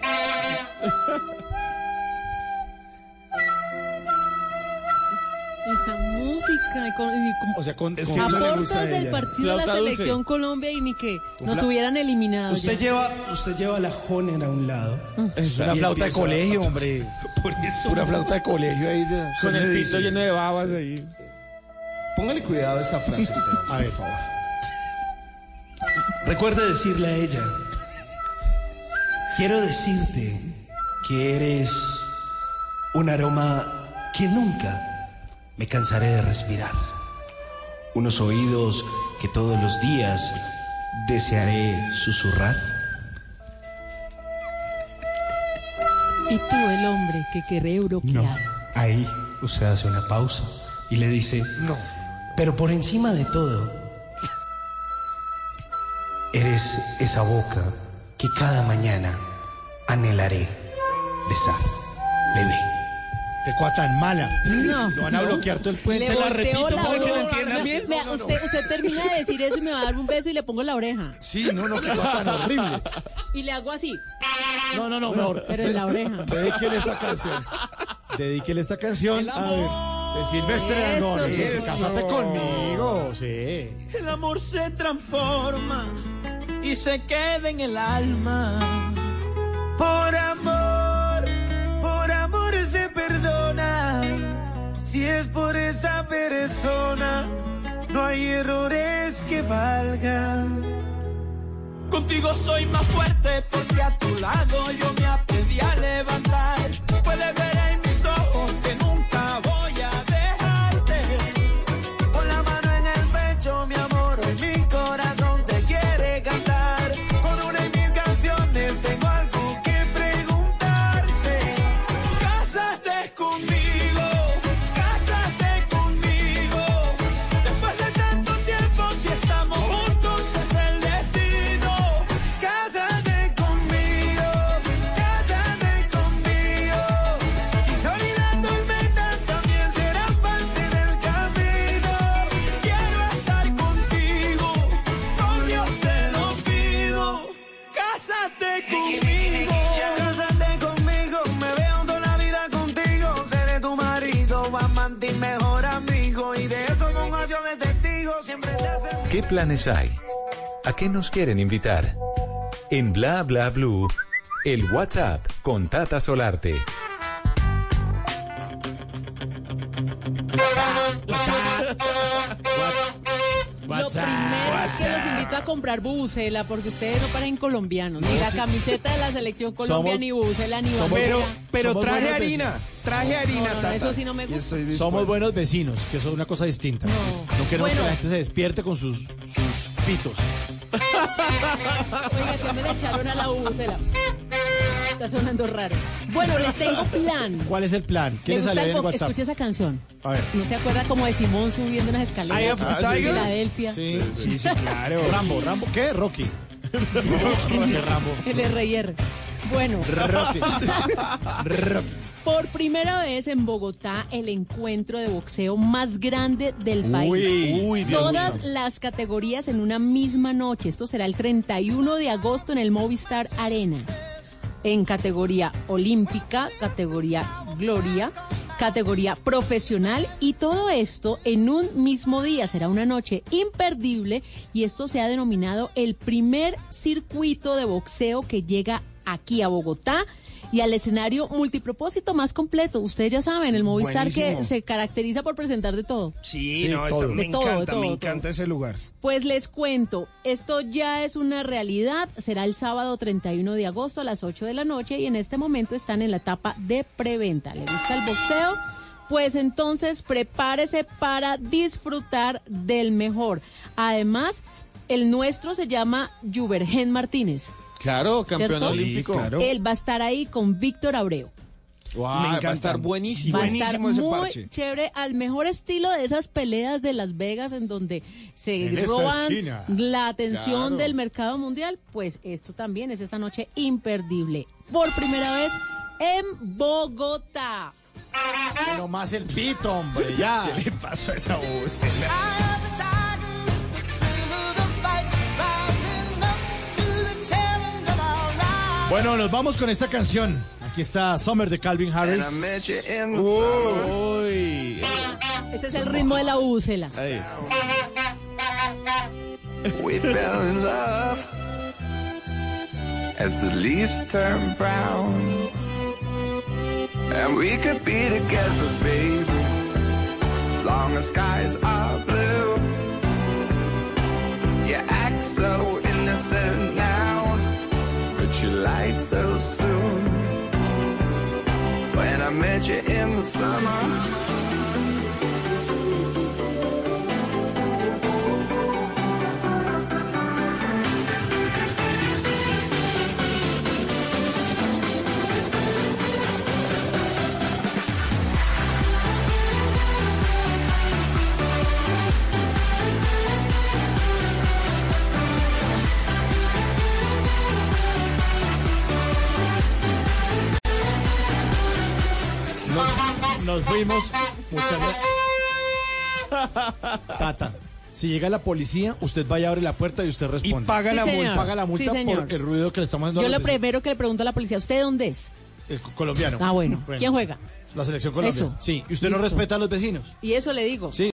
Esa música o sea, con aportes del partido de la selección Colombia y ni que nos hubieran eliminado. Usted lleva la Honer a un lado. Es una flauta de colegio, hombre. Por eso. Pura flauta de colegio ahí. Con el piso lleno de babas ahí. Póngale cuidado a esta frase, Esteban. A ver, por favor. Recuerde decirle a ella: quiero decirte que eres un aroma que nunca me cansaré de respirar. Unos oídos que todos los días desearé susurrar. Y tú, el hombre que querré europear. No, ahí usted hace una pausa y le dice: no, pero por encima de todo, eres esa boca que cada mañana anhelaré besar, bebé. Qué cosa tan mala. No. Lo van a bloquear todo el puente. Le Se la volteo repito la para que lo boca. entiendan bien. Vea, usted termina de decir eso y me va a dar un beso y le pongo la oreja. Sí, no, qué cosa tan horrible. Y le hago así. No, mejor. Pero en la oreja. Dedíquele esta canción. Dedíquele esta canción a ver, de Silvestre Dangond. Eso. Cásate conmigo, sí. El amor se transforma y se queda en el alma. Por amor se perdona. Si es por esa persona, no hay errores que valgan. Contigo soy más fuerte porque a tu lado yo me aprendí a levantar. Puedes ver en mis ojos que nunca voy a dejarte. Con la mano en el pecho, mi amor, hoy mi corazón te quiere cantar. Con una y mil canciones tengo algo que preguntarte. Cásate conmigo, cásate conmigo. Después de tanto tiempo, si estamos juntos es el destino. Cásate conmigo, cásate conmigo. Si sol y la tormenta también serán parte del camino. Quiero estar contigo, con Dios te lo pido. Cásate conmigo, cásate conmigo. Me veo toda la vida contigo. Seré tu marido, amante y mejor amigo. Y de eso con adiós de testigo siempre te hace. ¿Qué planes hay? ¿A qué nos quieren invitar? En Bla Bla Blue, el WhatsApp con Tata Solarte. Lo primero es que los invito a comprar bubucela porque ustedes no parecen colombianos. Ni la camiseta de la selección Colombia, ni bubucela, ni bandera. Pero Somos traje buenos harina, No, Tata. eso sí no me gusta. Somos buenos vecinos, que eso es una cosa distinta. No queremos Bueno. que la gente se despierte con sus pitos. Oiga, que me le echaron a la bubucela. Está sonando raro. Bueno, les tengo plan. ¿Cuál es el plan? ¿Qué le gusta sale el en pop? WhatsApp? Escuche esa canción. A ver. ¿No se acuerda como de Simón subiendo unas Eye escaleras? of the Tiger. Filadelfia. Sí, claro. Rambo, ¿qué? Rocky. Rocky Rambo. El R&R. Bueno. Rocky. Por primera vez en Bogotá, el encuentro de boxeo más grande del país. Uy, Dios Todas mío. las categorías en una misma noche. Esto será el 31 de agosto en el Movistar Arena. En categoría olímpica, categoría gloria, categoría profesional y todo esto en un mismo día. Será una noche imperdible y esto se ha denominado el primer circuito de boxeo que llega aquí a Bogotá y al escenario multipropósito más completo. Ustedes ya saben, el Movistar Buenísimo. que se caracteriza por presentar de todo. Sí, no, todo. me De todo, encanta, de todo, me de encanta todo. ese lugar. Pues les cuento, esto ya es una realidad, será el sábado 31 de agosto a las 8 de la noche y en este momento están en la etapa de preventa. ¿Le gusta el boxeo? Pues entonces prepárese para disfrutar del mejor. Además, el nuestro se llama Juvergen Martínez. Claro, campeón ¿Cierto? olímpico. Sí, claro. Él va a estar ahí con Víctor Abreu. Wow, Me va encanta. a estar buenísimo. Va a estar Buenísimo ese muy parche. chévere, al mejor estilo de esas peleas de Las Vegas en donde se En esta roban esquina. la atención Claro. del mercado mundial. Pues esto también es esa noche imperdible. Por primera vez en Bogotá. Pero más el pito, hombre, ya. ¿Qué le pasó a esa voz? Bueno, nos vamos con esta canción. Aquí está Summer de Calvin Harris. Uy. Ese es el ritmo de la bubucela. Ahí. We fell in love as the leaves turn brown, and we could be together, baby, as long as skies are blue. You act so innocent now, but you lied so soon. When I met you in the summer. Nos fuimos. Muchas gracias. Tata, si llega la policía, usted vaya a abrir la puerta y usted responde. Y paga Sí, la señor. multa. Paga la multa Sí, señor. por el ruido que le estamos dando Yo a lo los vecinos. primero que le pregunto a la policía, ¿usted dónde es? El colombiano. Ah, bueno. ¿Quién juega? La selección colombiana. Eso. Sí, y usted no Listo. respeta a los vecinos. Y eso le digo. Sí.